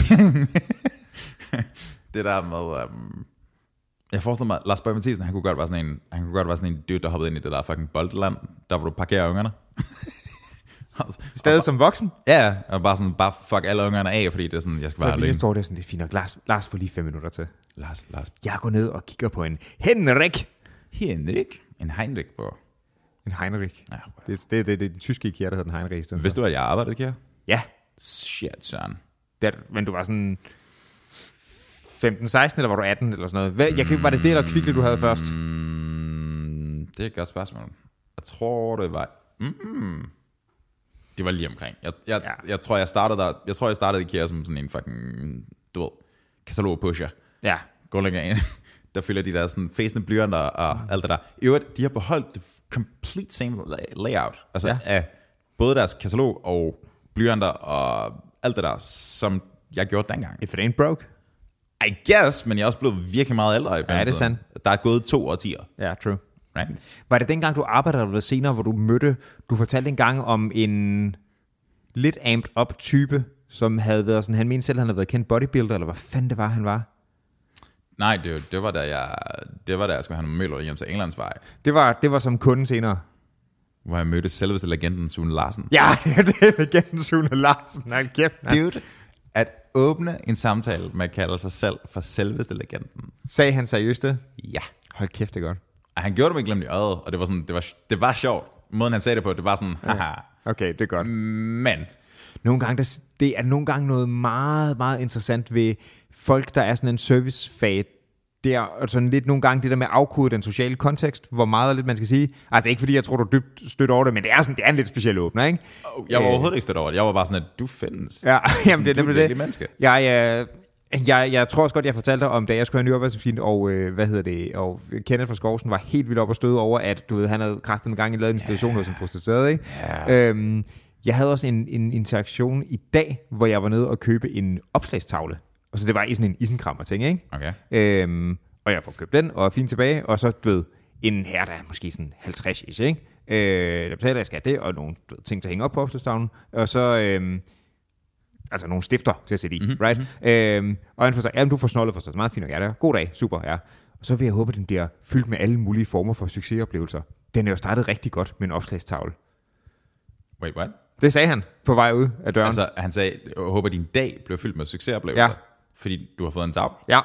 Det der med... Um, jeg forestiller mig, Lars Boje Mathiesen, han kunne godt være sådan en, han kunne godt være sådan en dude, der hoppede ind i det der fucking boldland, der hvor du parkerer ungerne. Stadig som voksen? Ja, og bare sådan, bare fuck alle ungerne af, fordi det er sådan, jeg skal være alene. Jeg står der sådan, det er fint nok. Lars, Lars får lige fem minutter til. Lars, Lars. Jeg går ned og kigger på en Henrik. Henrik? En Heinrich, bro. En Heinrich. Ja, det, det, det, det, det er den tyske IKEA, der hedder den Heinrich. Vidste du, at jeg arbejdede IKEA? Ja. Shit, Søren. Det, men du var sådan femten seksten, eller var du atten, eller sådan noget? Hvad, jeg kan, var det det, eller Kvickly, du havde først? Mm, det er et godt spørgsmål. Jeg tror, det var... Mm, det var lige omkring. Jeg, jeg, ja. jeg tror, jeg startede der. Jeg tror, jeg startede IKEA som sådan en fucking, du ved, katalog-pusher. Ja. Gå længere ind. Der fylder de der sådan fæsende blyanter og mm. alt det der. I øvrigt, de har beholdt det complete same layout. Altså ja. Af både deres katalog og blyanter og alt det der, som jeg gjorde dengang. If it ain't broke. I guess, men jeg er også blevet virkelig meget ældre i ja, det er sandt. Der er gået to årtier. Ja, true. Right? Var det dengang, du arbejdede, eller senere, hvor du mødte, du fortalte en gang om en lidt amped up type, som havde været sådan, han mente selv, han havde været kendt bodybuilder, eller hvad fanden det var, han var? Nej, det, det var da jeg, det var da jeg skulle have nogle møller hjem til Englandsvej. Det var, det var som kunde senere. Hvor jeg mødte selveste legenden Sune Larsen. Ja, det er legenden Sune Larsen. Nej, kæft. Dude, at åbne en samtale med at kalde sig selv for selveste legenden. Sagde han seriøst det? Ja. Hold kæft, det er godt. Og han gjorde det med glemt i øjet, og det var, sådan, det, var, det var sjovt. Måden han sagde det på, det var sådan, haha. Okay, det er godt. Men nogle gange, der, det er nogle gange noget meget, meget interessant ved folk, der er sådan en servicefag det er sådan lidt nogle gange det der med at afkode den sociale kontekst, hvor meget og lidt man skal sige. Altså ikke fordi jeg tror, du er dybt stødt over det, men det er, sådan, det er en lidt speciel åbner, ikke? Jeg var overhovedet ikke stødt over det. Jeg var bare sådan, at du findes. Ja, jamen det er nemlig det. Menneske. Jeg, jeg, jeg, jeg tror også godt, jeg fortalte dig om, da jeg skulle have en ny opvaskemaskine, og øh, hvad hedder det, og Kenneth fra Skovsen var helt vildt op og støde over, at du ved, han havde kraftigt en gang lavet en installation hos en prostitueret, ikke? Yeah. Øhm, jeg havde også en, en interaktion i dag, hvor jeg var nede og købe en opslagstavle. Og så det var i sådan en isenkrammer ting, ikke? Okay. Øhm, og jeg får købt den, og er fint tilbage, og så, du ved, en her, der er måske sådan halvtreds, ikke? Øh, der betaler jeg skal det, og nogle du ved, ting til at hænge op på opslagstavlen, og så, øhm, altså nogle stifter til at sætte i, mm-hmm. right? Øhm, og han får sagt, jamen du får snollet for så meget fint, og ja, det er god dag, super, ja. Og så vil jeg håbe, at den bliver fyldt med alle mulige former for succesoplevelser. Den er jo startet rigtig godt med en opslagstavle. Wait, what? Det sagde han på vej ud af døren. Altså, han sagde, jeg håber, din dag bliver fyldt med succesoplevelser, ja. Fordi du har fået en tavle? Ja.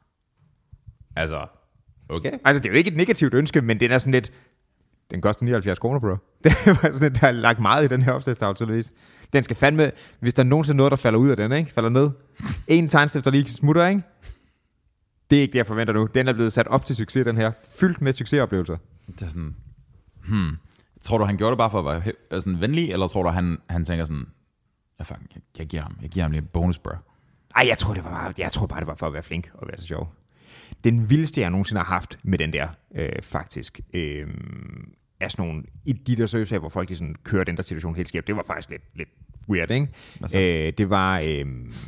Altså, okay. Altså, det er jo ikke et negativt ønske, men den er sådan lidt, den koster nioghalvfjerds kroner, bro. Det var sådan lidt, der er lagt meget i den her opslagstavle, tydeligvis. Den skal fandme, hvis der er nogensinde noget, der falder ud af den, ikke? Falder ned. En tegnstift, der lige smutter, ikke? Det er ikke det, jeg forventer nu. Den er blevet sat op til succes, den her. Fyldt med succesoplevelser. Det er sådan, hmm... Tror du, han gjorde det bare for at være sådan venlig, eller tror du, han, han tænker sådan, jeg, fucking, jeg, jeg, giver ham, jeg giver ham lige en bonus, bro? Ej, jeg tror, det var bare, jeg tror bare, det var for at være flink og være så sjov. Den vildeste, jeg nogensinde har haft med den der, øh, faktisk, øh, er sådan nogle, i de der søgesager, hvor folk de sådan, kører den der situation helt skævt, det var faktisk lidt, lidt weird, ikke? Øh, det var øh,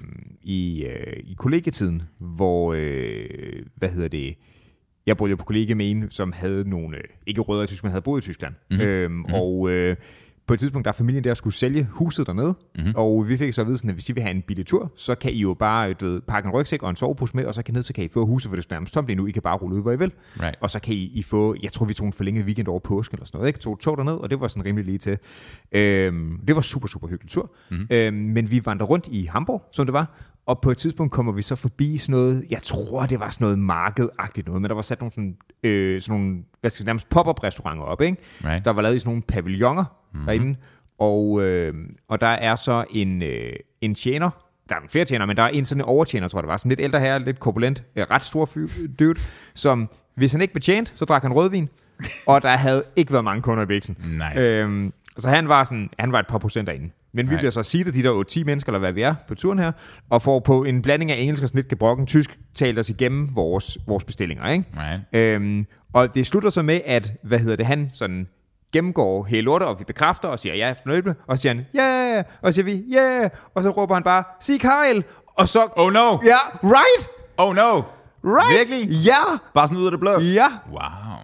i, øh, i kollegietiden, hvor, øh, hvad hedder det, jeg boede jo på kollega med en, som havde nogle, ikke rødder i Tyskland, men havde boet i Tyskland. Mm-hmm. Øhm, mm-hmm. Og øh, på et tidspunkt, der er familien der skulle sælge huset dernede, mm-hmm. og vi fik så at vide, sådan, at hvis I vil have en billig tur, så kan I jo bare du ved, pakke en rygsæk og en sovepose med, og så kan I ned, så kan I få huset, for det er nærmest tomt lige nu. I kan bare rulle ud, hvor I vil. Right. Og så kan I, I få, jeg tror, vi tog en forlænget weekend over påske eller sådan noget, ikke? Tog tog derned, og det var sådan rimelig lige til. Øhm, det var super, super hyggelig tur. Mm-hmm. Øhm, men vi vandrede rundt i Hamburg, som det var, og på et tidspunkt kommer vi så forbi sådan noget, jeg tror, det var sådan noget markedagtigt noget, men der var sat nogle sådan, øh, sådan nogle, hvad skal jeg nærmest pop-up restauranter op, ikke? Right. Der var lavet i sådan nogle pavilloner mm-hmm. derinde, og, øh, og der er så en, øh, en tjener, der er flere tjener, men der er en sådan en overtjener, tror jeg det var, sådan lidt ældre herre, lidt korpulent, ret stor dude, som hvis han ikke betjent, så drak han rødvin, og der havde ikke været mange kunder i biksen. Nice. Øhm, så han var sådan, han var et par procent derinde. Men vi right. bliver så seedet, de der otte ti mennesker, eller hvad vi er på turen her, og får på en blanding af engelsk og sådan lidt gebrokken tysk, talt os igennem vores, vores bestillinger, ikke? Right. Øhm, og det slutter så med, at, hvad hedder det, han sådan gennemgår hele lortet, og vi bekræfter og siger ja efter løbende, og så siger han, ja, yeah! Og så siger vi, ja, yeah! Og så råber han bare, sig Kyle, og så... Oh no! Ja, right! Oh no! Right! Virkelig? Ja! Bare sådan ud af det blå? Ja! Wow.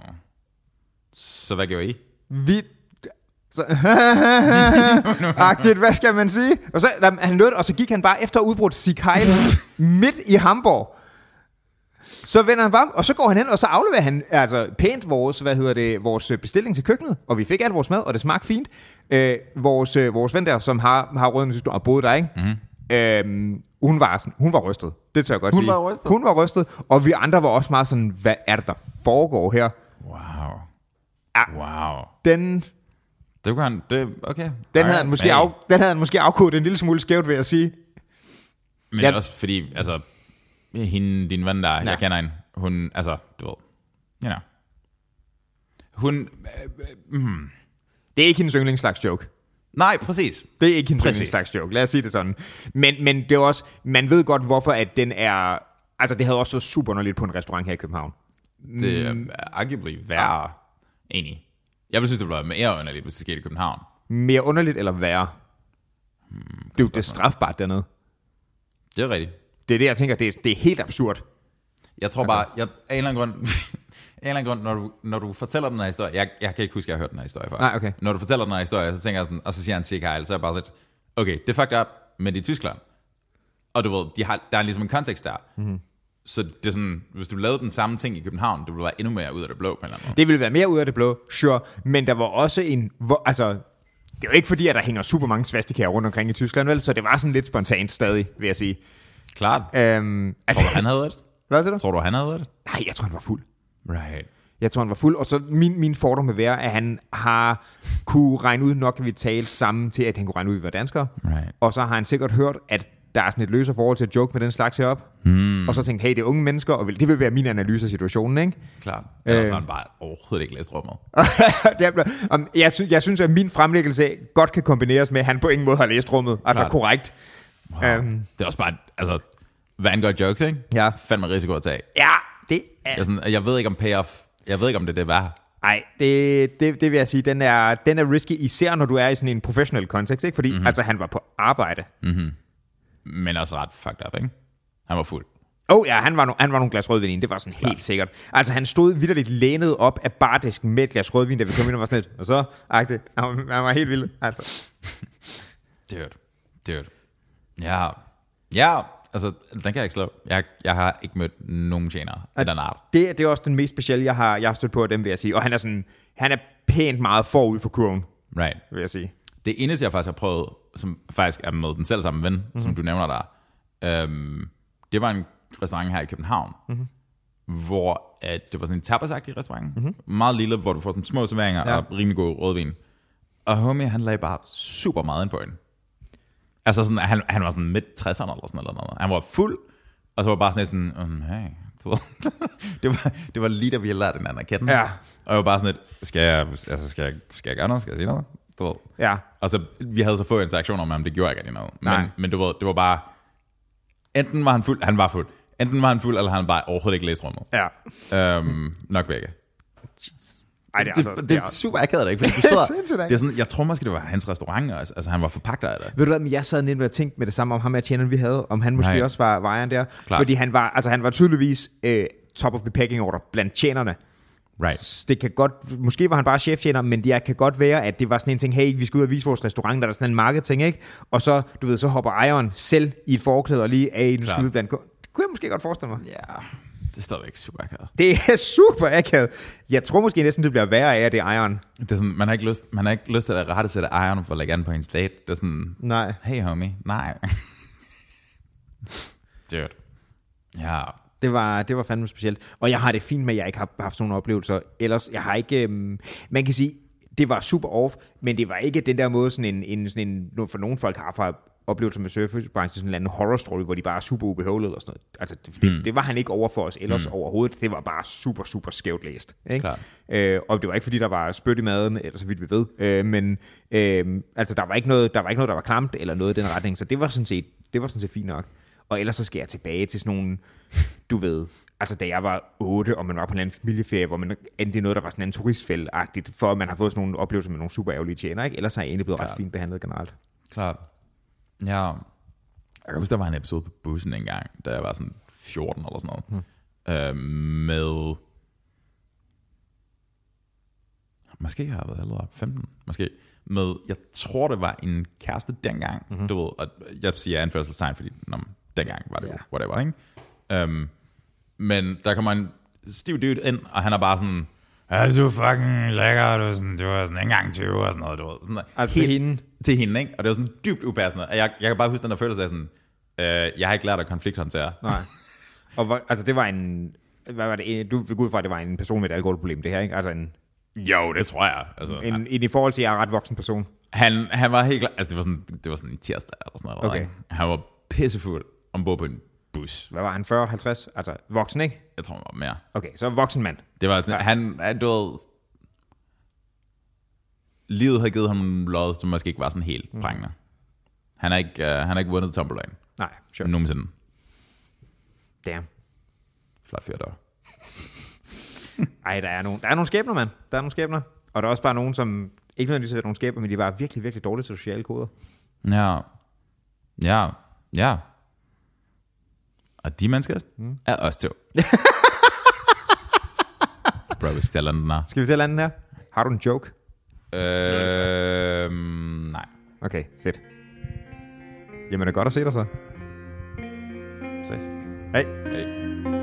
Så hvad gjorde I? Vi... Så, agtigt, hvad skal man sige? Og så, han lød, og så gik han bare efter udbrudt sig Kyle midt i Hamburg. Så vender han bare, og så går han hen, og så afleverer han altså pænt vores, hvad hedder det, vores bestilling til køkkenet, og vi fik alt vores mad, og det smagte fint. Øh, vores, øh, vores ven der, som har, har rødden, synes du, og boede der, ikke? Mm-hmm. Øh, hun var sådan, hun var rystet. Det tør jeg godt hun sige. Var rystet. Hun var rystet, og vi andre var også meget sådan, hvad er det, der foregår her? Wow. Ja, wow. Den... Det kunne han, det, okay. Den havde, han måske af, den havde han måske afkodet en lille smule skævt, vil jeg sige. Men ja. Også fordi, altså, hende, din ven der, ja. Jeg kender hende, hun, altså, du ved, you know. Hun, øh, mm. Det er ikke hendes yndlingsslags joke. Nej, præcis. Det er ikke hendes yndlingsslags joke, lad os sige det sådan. Men, men det er også, man ved godt, hvorfor at den er, altså det havde også så super underligt på en restaurant her i København. Det er arguably værre, ja. Enig. Jeg vil synes, det ville være mere underligt, hvis det skete i København. Mere underligt eller værre? Hmm, det er jo det strafbart dernede. Det er rigtigt. Det er det, jeg tænker, det er, det er helt absurd. Jeg tror altså. bare, jeg, af en eller anden grund, en eller anden grund når, du, når du fortæller den her historie, jeg, jeg kan ikke huske, at jeg har hørt den her historie før. Nej, okay. Når du fortæller den her historie, så tænker jeg sådan, og så siger han Sig Heil, så er jeg bare sådan, okay, det er fucked up, men det er Tyskland. Og du ved, de har, der er ligesom en kontekst der. Mm-hmm. Så det er sådan, hvis du lavede den samme ting i København, det ville være endnu mere ud af det blå på en eller anden måde. Det ville være mere ud af det blå, sure. Men der var også en, hvor, altså, det er jo ikke fordi, at der hænger super mange svastikaer rundt omkring i Tyskland, vel? Så det var sådan lidt spontant stadig, vil jeg sige. Klart. Øhm, altså, tror du, han havde det? Hvad siger du? Tror du, han havde det? Nej, jeg tror, han var fuld. Right. Jeg tror, han var fuld. Og så min, min fordom vil være, at han har kunne regne ud nok, at vi talte sammen til, at han kunne regne ud, at vi var danskere. Right. Og så har han sikkert hørt, at der er sådan et løser forhold til at joke med den slags heroppe. Hmm. Og så tænkte, hey, det er unge mennesker, og det vil være min analyse af situationen, ikke? Klart. Ellers har han bare overhovedet ikke læst rummet. jeg, synes, jeg synes, at min fremlæggelse godt kan kombineres med, at han på ingen måde har læst rummet. Altså Klart. korrekt. Wow. Um, det er også bare, altså, hvad angår jokes, ikke? Ja. Fandme risiko at tage. Ja, det er... Jeg, sådan, jeg ved ikke om payoff, jeg ved ikke om det er det værd. Nej, det, det, det vil jeg sige, den er, den er risky, især når du er i sådan en professionel kontekst, ikke? Fordi mm-hmm. altså, han var på arbejde. Mm-hmm. Men også ret fucked up, ikke? Han var fuld. Åh oh, ja, han var, no, han var nogle glas rødvin, det var sådan helt ja. sikkert. Altså han stod vitterligt lænet op af bardisken med et glas rødvin, da vi kom ind og var sådan lidt, og så, agte, han, han var helt vild, altså. Dude, dude. Ja, ja, altså, den kan jeg ikke slå. Jeg, jeg har ikke mødt nogen tjenere af den art. Det, det er også den mest specielle, jeg har, jeg har stødt på af dem, vil jeg sige. Og han er sådan, han er pænt meget forud for kurven, right. vil jeg sige. Det eneste, jeg faktisk har prøvet, som faktisk er med den selv samme ven, mm-hmm. som du nævner der, øhm, det var en restaurant her i København, mm-hmm. hvor at det var sådan en tapasagtig restaurant, mm-hmm. meget lille, hvor du får sådan små serveringer ja. og rimelig god rødvin. Og homie, han lagde bare super meget ind på en. Altså sådan, han, han var sådan midt tresserne eller sådan noget. Han var fuld, og så var bare sådan lidt sådan, um, hey, det, var, det var lige da vi havde lært hinanden at kende. Ja. Og jeg var bare sådan lidt, skal jeg, altså, skal jeg, skal jeg gøre noget? Skal jeg sige noget? Du ved. Ja. Og så, vi havde så få interaktioner med ham, det gjorde jeg ikke noget. Men, men du ved, det var bare, enten var han fuld, han var fuld, enten var han fuld, eller han bare overhovedet ikke læst rummet. Ja. Øhm, nok begge. Ej, det, er altså, det, det er super akavet, ikke? Fordi du sidder, det er sådan, jeg tror måske, det var hans restaurant, altså, altså han var forpagter af det. Ved du hvad, men jeg sad nede og tænkte med det samme om ham med tjeneren, vi havde, om han måske Nej. også var vejeren der. Klar. Fordi han var, altså, han var tydeligvis øh, top of the pecking order blandt tjenerne. Right. Det kan godt, måske var han bare cheftjener, men det kan godt være, at det var sådan en ting, hey, vi skal ud og vise vores restaurant, der er sådan en marketing, ikke? Og så, du ved, så hopper ejeren selv i et forklæde og lige, af nu skal vi ud blandt. Det kunne jeg måske godt forestille mig. Ja, yeah. Det er stadigvæk super akavet. Det er super akavet. Jeg tror måske næsten, det bliver værre af, at det er ejeren. Det er sådan, man har ikke lyst, man har ikke lyst til at rette sætte ejeren for at lægge an på en date. Det er sådan, nej. Hey homie, nej. Dude. Ja. Det var, det var fandme specielt. Og jeg har det fint med, at jeg ikke har haft sådan nogle oplevelser. Ellers, jeg har ikke... Øhm, man kan sige, det var super off, men det var ikke den der måde, sådan en, en, sådan en for nogle folk har fra oplevelser med surfbranchen, sådan en eller anden horror story, hvor de bare er super ubehagelige og sådan noget. Altså, det, mm. det, det var han ikke over for os ellers mm. overhovedet. Det var bare super, super skævt læst. Ikke? Øh, og det var ikke, fordi der var spyt i maden, eller så vidt vi ved. Øh, men øh, altså, der var, ikke noget, der var ikke noget, der var klamt, eller noget i den retning. Så det var sådan set, det var sådan set fint nok. Og ellers så skal jeg tilbage til sådan nogle, du ved, altså da jeg var otte, og man var på en anden familieferie, hvor man endte noget, der var sådan en turistfælde-agtigt, for at man har fået sådan nogle oplevelser med nogle super ærgerlige tjener, ikke? Ellers har jeg egentlig blevet Klart. ret fint behandlet generelt. Klart. Ja. Jeg kan huske, der var en episode på bussen engang, da jeg var sådan fjorten eller sådan noget, hmm. øh, med, måske har jeg været allerede femten, måske, med, jeg tror det var en kæreste dengang, mm-hmm. du ved, og jeg siger anførselstegn, fordi nå, dengang var det jo, yeah. whatever, ikke? Um, men der kommer en stiv dude ind, og han er bare sådan, ja, du er fucking lækker, du er sådan, du er sådan ikke engang tyve og sådan noget, du ved. Sådan altså helt, til hende? Til hende, ikke? Og det var sådan dybt upassende. Jeg, jeg kan bare huske den der følelse af sådan, øh, jeg har ikke lært at konflikthåndtere. Nej. Og hvor, altså det var en, hvad var det, du fik ud fra, at det var en person med et alkoholproblem, det her, ikke? Altså en... Jo, det tror jeg. Altså, en, han, i forhold til, at jeg er ret voksen person. Han, han var helt klar, altså det var sådan, det var sådan en tirsdag eller sådan noget. Okay. Ikke? Han var pissefuld ombord på en bus. Hvad var han, fyrre, halvtreds? Altså voksen, ikke? Jeg tror, han var mere. Okay, så voksen mand. Det var, ja. han, han du livet havde givet ham lod, som måske ikke var sådan helt prængende. Mm. Han har ikke, uh, han har ikke vundet Tombolan. Nej, sure. Nogensinde. Damn. Flot fyr der. Ej, der er nogle, der er nogle skæbner, mand. Der er nogle skæbner. Og der er også bare nogen, som ikke nødvendigvis er nogle skæbner, men de var virkelig, virkelig dårlige til sociale koder. Ja. Ja. Ja. Og de mennesker mm. er os to. Bro, vi skal til at lande den her. Skal vi til at lande den her? Har du en joke? Øh, nej. Okay, fedt. Jamen, det er godt at se dig så. Ses. Hej. Hej.